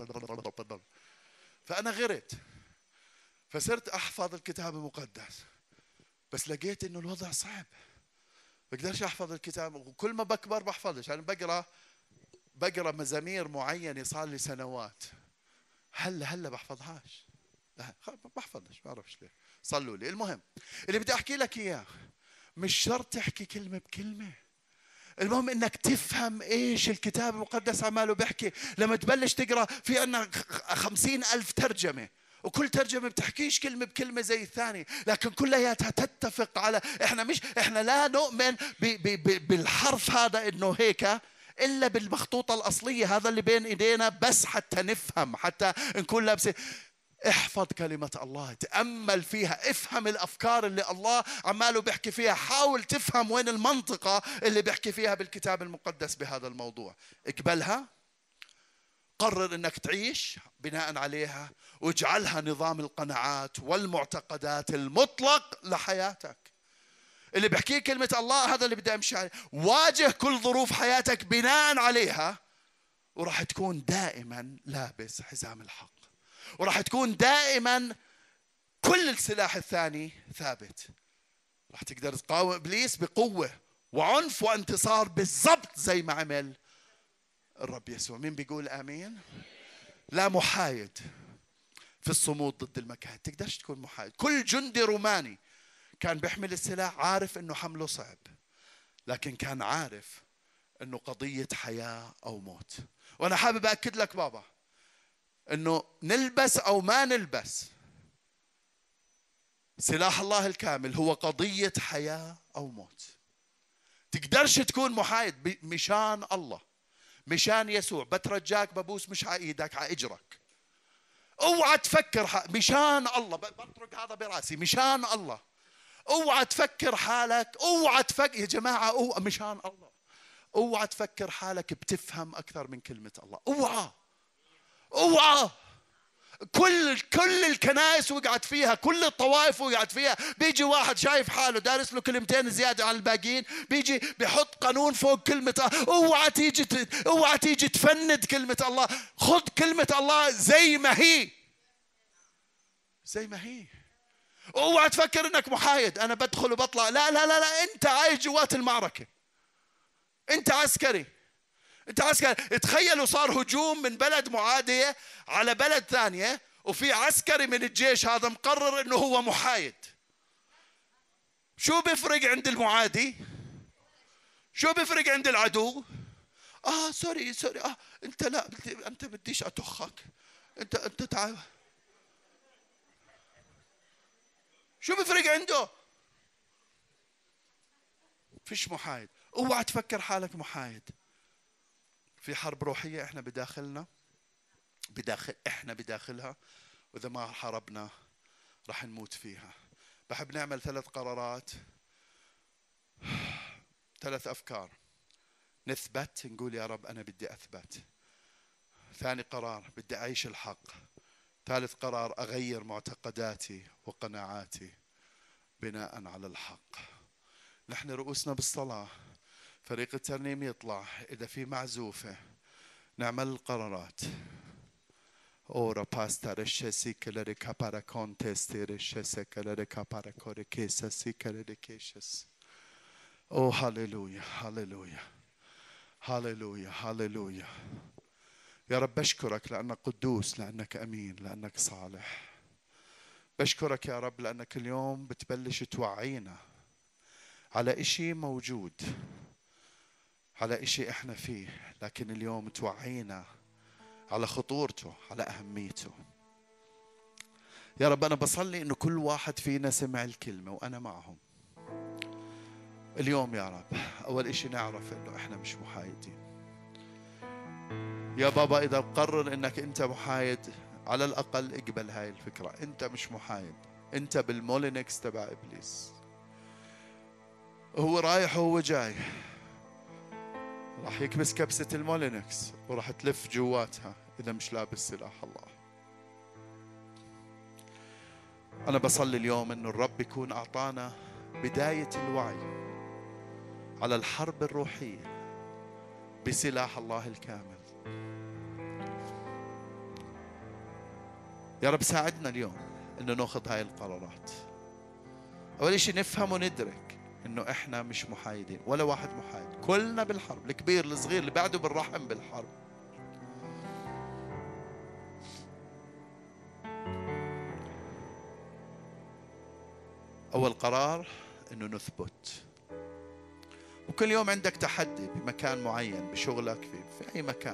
فأنا غرت فصرت أحفظ الكتاب المقدس، بس لقيت إنه الوضع صعب، بقدرش أحفظ الكتاب، وكل ما بكبر بحفظش. أنا بقرأ بقرأ مزامير معينة صار لي سنوات، هلا هلا بحفظهاش، بحفظش، ما أعرفش ليه، صلوا لي. المهم اللي بدي أحكي لك إياه مش شرط تحكي كلمة بكلمة، المهم انك تفهم ايش الكتاب المقدس عماله بيحكي. لما تبلش تقرأ في عنا خمسين ألف ترجمة، وكل ترجمة بتحكيش كلمة بكلمة زي الثانية، لكن كلياتها تتفق على، احنا مش احنا لا نؤمن ب ب ب بالحرف هذا انه هيك الا بالمخطوطة الأصلية، هذا اللي بين ايدينا بس حتى نفهم، حتى نكون لابسين. احفظ كلمة الله، تأمل فيها، افهم الأفكار اللي الله عماله بيحكي فيها، حاول تفهم وين المنطقة اللي بيحكي فيها بالكتاب المقدس بهذا الموضوع، اقبلها، قرر انك تعيش بناء عليها، واجعلها نظام القناعات والمعتقدات المطلق لحياتك. اللي بيحكيه كلمة الله هذا اللي بدي امشي عليه. واجه كل ظروف حياتك بناء عليها، وراح تكون دائما لابس حزام الحق، وراح تكون دائما كل السلاح الثاني ثابت. راح تقدر تقاوم ابليس بقوة وعنف وانتصار بالضبط زي ما عمل الرب يسوع. مين بيقول امين؟ لا محايد في الصمود ضد المكائد، تقدرش تكون محايد. كل جندي روماني كان بيحمل السلاح عارف انه حمله صعب، لكن كان عارف انه قضية حياة او موت. وانا حابب اكد لك بابا انه نلبس او ما نلبس سلاح الله الكامل هو قضية حياة او موت. تقدرش تكون محايد مشان الله، مشان يسوع. بترجاك ببوس مش على ايدك، على اجرك. اوعى تفكر مشان الله، بطرق هذا براسي، مشان الله. اوعى تفكر حالك، اوعى تفكر يا جماعة، اوعى مشان الله، اوعى تفكر حالك بتفهم اكثر من كلمة الله. اوعى اوعى. كل كل الكنائس وقعت فيها، كل الطوائف وقعت فيها. بيجي واحد شايف حاله دارس له كلمتين زياده عن الباقيين، بيجي بيحط قانون فوق كلمه الله. اوعى تيجي اوعى تيجي تفند كلمه الله. خذ كلمه الله زي ما هي، زي ما هي. اوعى تفكر انك محايد، انا بدخل وبطلع. لا لا لا لا، انت عايش جوات المعركه، انت عسكري، انت عسكري. تخيلوا صار هجوم من بلد معادية على بلد ثانية، وفي عسكري من الجيش هذا مقرر انه هو محايد. شو بيفرق عند المعادي؟ شو بيفرق عند العدو؟ اه سوري سوري اه انت لا انت بديش اتخك، انت انت تعال. شو بيفرق عنده؟ فيش محايد. اوعى تفكر حالك محايد. في حرب روحية احنا بداخلنا، بداخل احنا بداخلها، واذا ما حاربنا راح نموت فيها. بحب نعمل ثلاث قرارات، ثلاث افكار. نثبت، نقول يا رب انا بدي اثبت. ثاني قرار بدي اعيش الحق. ثالث قرار اغير معتقداتي وقناعاتي بناء على الحق. نحن رؤوسنا بالصلاة، فريق الترنيم يطلع، إذا في معزوفة نعمل القرارات. أورا باستر الشيسي كلاري كابارا كونتستير الشيسي كلاري كابارا كوري كيسا سي كلاري كيشس. أوه هاليلويا هاليلويا هاليلويا هاليلويا. يا رب بشكرك لأنك قدوس، لأنك أمين، لأنك صالح. بشكرك يا رب لأنك اليوم بتبلش توعينا على إشي موجود، على إشي إحنا فيه، لكن اليوم توعينا على خطورته، على أهميته. يا رب أنا بصلي إنه كل واحد فينا سمع الكلمة وأنا معهم اليوم. يا رب أول إشي نعرف إنه إحنا مش محايدين. يا بابا إذا قرر إنك أنت محايد، على الأقل اقبل هاي الفكرة، أنت مش محايد، أنت بالمولينكس تبع إبليس. هو رايح وهو جاي راح يكبس كبسة المولينكس وراح تلف جواتها إذا مش لابس سلاح الله. أنا بصلي اليوم إنه الرب يكون أعطانا بداية الوعي على الحرب الروحية بسلاح الله الكامل. يا رب ساعدنا اليوم إنه نأخذ هاي القرارات. أول شيء نفهم وندرك إنه إحنا مش محايدين، ولا واحد محايد، كلنا بالحرب، الكبير الصغير اللي بعده بالرحم بالحرب. أول قرار إنه نثبت. وكل يوم عندك تحدي بمكان معين، بشغلك، في, في أي مكان،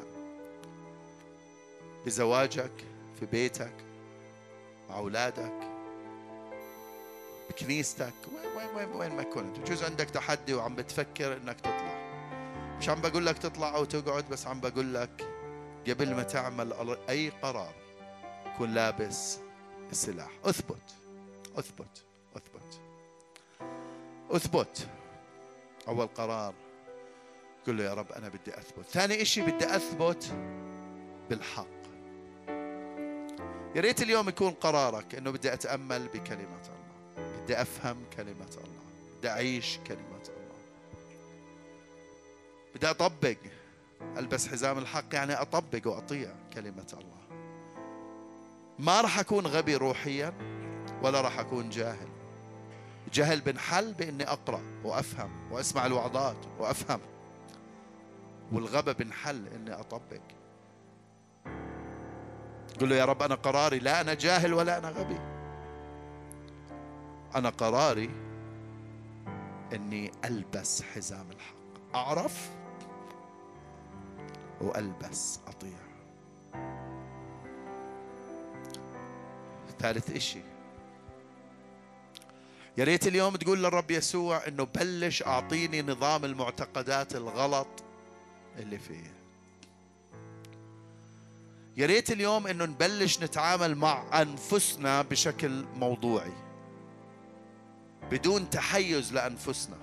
بزواجك، في بيتك، مع أولادك، بكنيستك، وين وين وين وين ما كنت. بجوز عندك تحدي وعم بتفكر إنك تطلع. مش عم بقول لك تطلع أو تقعد، بس عم بقول لك قبل ما تعمل أي قرار كن لابس السلاح. أثبت أثبت أثبت أثبت. أول قرار قل له يا رب أنا بدي أثبت. ثاني إشي بدي أثبت بالحق. يا ريت اليوم يكون قرارك إنه بدي أتأمل بكلمة الله، بدي أفهم كلمة الله، بدي أعيش كلمة الله، بدي أطبق. ألبس حزام الحق يعني أطبق وأطيع كلمة الله. ما راح أكون غبي روحيا ولا راح أكون جاهل. جهل بنحل بإني أقرأ وأفهم وأسمع الوعظات وأفهم، والغبى بنحل إني أطبق. قل له يا رب أنا قراري لا أنا جاهل ولا أنا غبي، أنا قراري إني ألبس حزام الحق، أعرف وألبس أطيع. ثالث إشي، يا ريت اليوم تقول للرب يسوع إنه بلش أعطيني نظام المعتقدات الغلط اللي فيه. يا ريت اليوم إنه نبلش نتعامل مع أنفسنا بشكل موضوعي بدون تحيز لأنفسنا،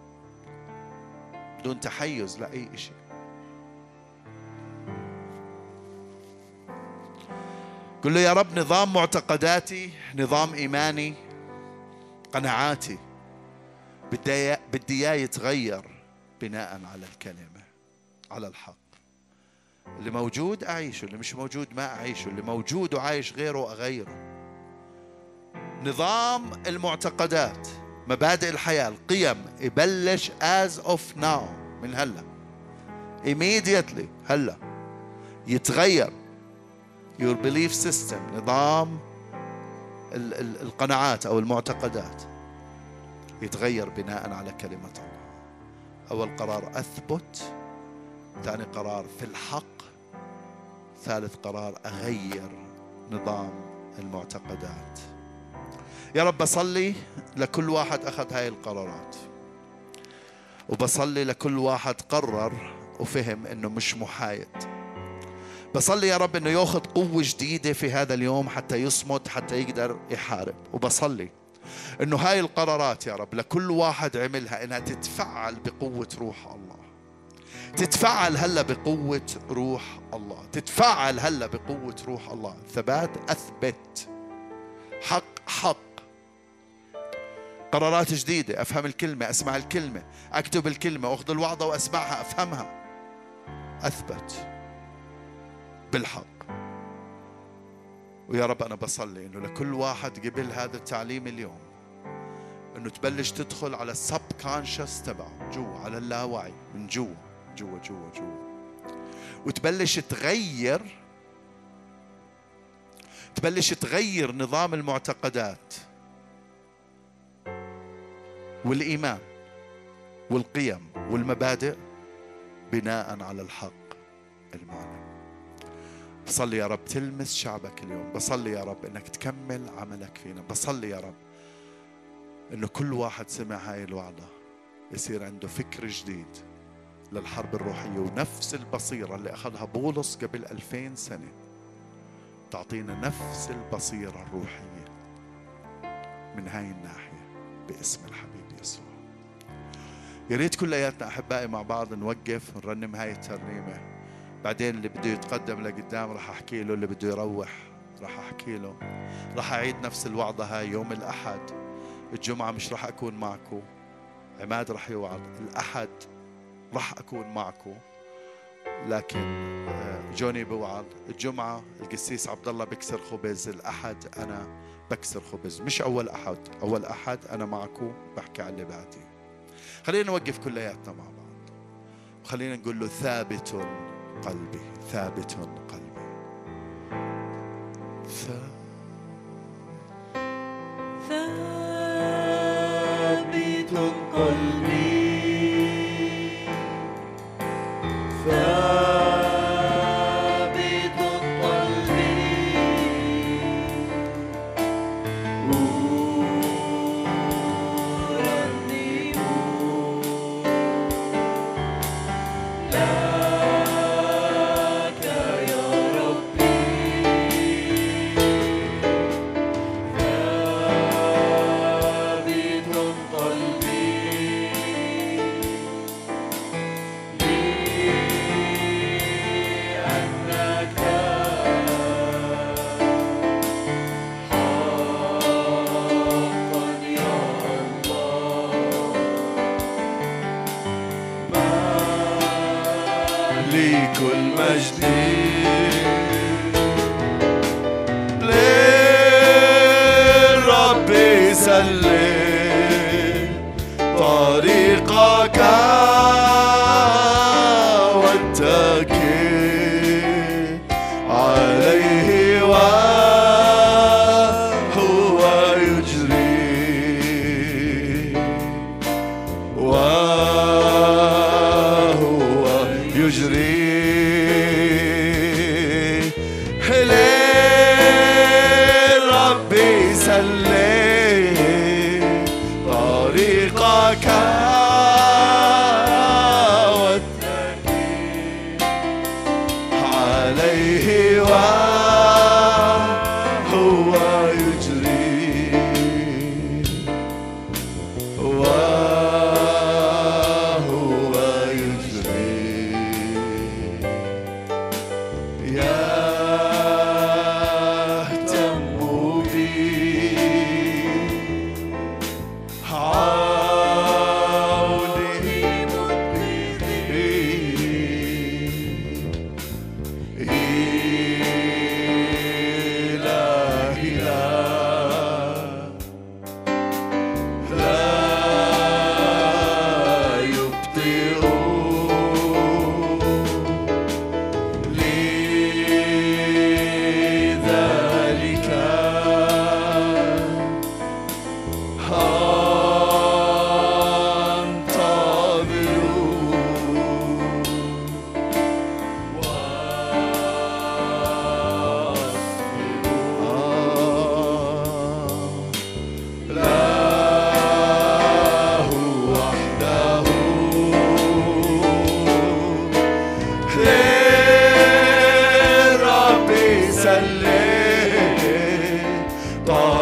بدون تحيز لأي شيء. قل له يا رب نظام معتقداتي، نظام إيماني، قناعاتي بدي بدي اياه يتغير بناء على الكلمة، على الحق. اللي موجود أعيشه، اللي مش موجود ما أعيشه، اللي موجود وعايش غيره أغيره. نظام المعتقدات، مبادئ الحياة، القيم يبلش as of now، من هلا immediately، هلا يتغير your belief system، نظام القناعات أو المعتقدات يتغير بناء على كلمة الله. أول قرار أثبت، ثاني قرار في الحق، ثالث قرار أغير نظام المعتقدات. يا رب بصلي لكل واحد أخذ هاي القرارات، وبصلي لكل واحد قرر وفهم أنه مش محايد. بصلي يا رب أنه يأخذ قوة جديدة في هذا اليوم حتى يصمد، حتى يقدر يحارب. وبصلي أنه هاي القرارات يا رب لكل واحد عملها أنها تتفعل بقوة روح الله، تتفعل هلا بقوة روح الله، تتفعل هلا بقوة روح الله. ثبات أثبت، حق حق، قرارات جديدة، أفهم الكلمة، أسمع الكلمة، أكتب الكلمة، أخذ الوعظة وأسمعها أفهمها. أثبت بالحق. ويا رب أنا بصلي إنه لكل واحد قبل هذا التعليم اليوم إنه تبلش تدخل على السب كونشس تبعه، جوا على اللاوعي، من جوا جوا جوا جوا، وتبلش تغير تبلش تغير نظام المعتقدات والإيمان والقيم والمبادئ بناء على الحق المعلن. بصلي يا رب تلمس شعبك اليوم، بصلي يا رب انك تكمل عملك فينا، بصلي يا رب انه كل واحد سمع هاي الوعظة يصير عنده فكر جديد للحرب الروحية، ونفس البصيرة اللي أخذها بولس قبل ألفين سنة تعطينا نفس البصيرة الروحية من هاي الناحية باسم الحبيب يسوع. يا ريت كلياتنا أحبائي مع بعض نوقف ونرنم هاي الترنيمة، بعدين اللي بده يتقدم لقدام راح أحكي له، اللي بده يروح راح أحكي له. راح أعيد نفس الوعظة هاي يوم الأحد، الجمعة مش راح أكون معكم، عماد راح يوعظ، الأحد راح أكون معكم لكن جوني بوعظ، الجمعة القسيس عبد الله بكسر خبز، الأحد أنا بكسر خبز. مش أول أحد، أول أحد أنا معكم بحكي على اللي بعدي. خلينا نوقف كلياتنا مع بعض وخلينا نقول له ثابت قلبي، ثابت قلبي، ثابت قلبي، ثابت قلبي، أرنم لك يا ربي، ثابت قلبي، لأنك حقا يا الله مالك المجد، للرب سلم طريقك واتكل عليه وهو يجري، وهو يجري للرب سلم طريقك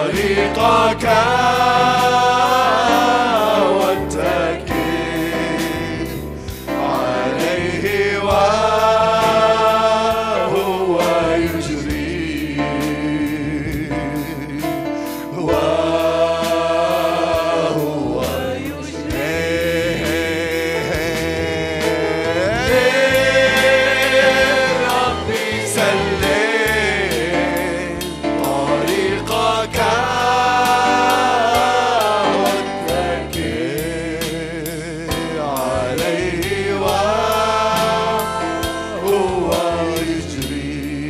طريقك والتكل عليه وهو يجري وهو ربي سلم طريقك والتكل عليه وهو يجري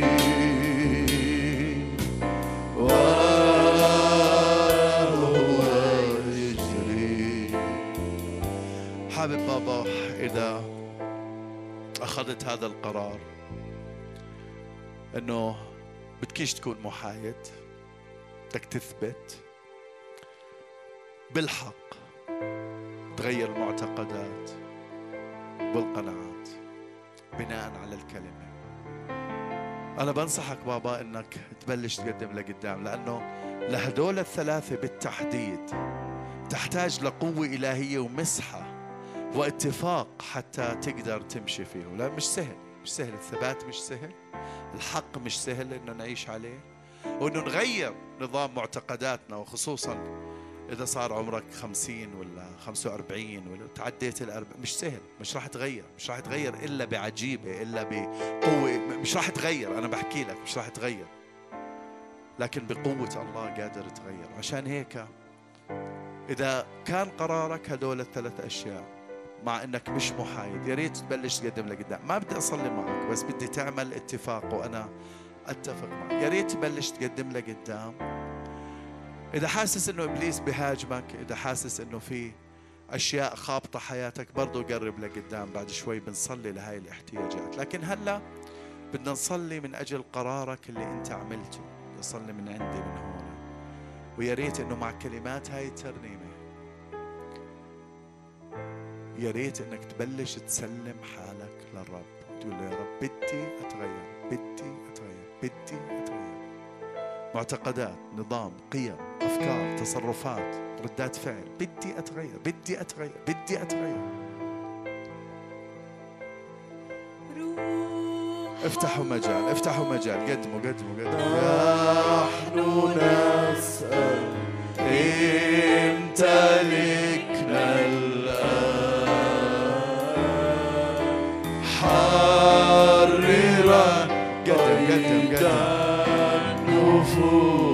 وهو يجري. حابب بابا إذا أخذت هذا القرار إنه بدكيش تكون محايد، بدك تثبت بالحق، تغير المعتقدات والقناعات بناء على الكلمة. أنا بنصحك بابا إنك تبلش تقدم لقدام، لأنه لهدول الثلاثة بالتحديد تحتاج لقوة إلهية ومسحة واتفاق حتى تقدر تمشي فيه. لا مش سهل، مش سهل، الثبات مش سهل، الحق مش سهل إنه نعيش عليه، وإنه نغير نظام معتقداتنا، وخصوصا إذا صار عمرك خمسين ولا خمسة وأربعين ولا تعديت الأربع. مش سهل، مش راح تغير، مش راح تغير إلا بعجيبة، إلا بقوة. مش راح تغير، أنا بحكي لك مش راح تغير، لكن بقوة الله قادر تغير. عشان هيك إذا كان قرارك هدول الثلاث أشياء مع إنك مش محايد، يا ريت تبلش تقدم لقدام. ما بدي أصلي معك، بس بدي تعمل اتفاق وأنا أتفق معك. يا ريت تبلش تقدم لقدام. إذا حاسس إنه إبليس بهاجمك، إذا حاسس إنه في أشياء خابطة حياتك، برضو قرب لقدام. بعد شوي بنصلي لهاي الاحتياجات، لكن هلأ بدنا نصلي من أجل قرارك اللي أنت عملته. نصلي من عندي من هون، ويا ريت إنه مع كلمات هاي الترنيمة يا ريت إنك تبلش تسلم حالك للرب، تقول له يا رب بدي أتغير، بدي أتغير، بدي أتغير. معتقدات، نظام، قيم، أفكار، تصرفات، ردات فعل، بدي أتغير، بدي أتغير، بدي أتغير. افتحوا مجال، افتحوا مجال، قدموا قدموا قدموا. نحن نسأل امتلكنا الآن، حرر قدم قدم قدم النفوس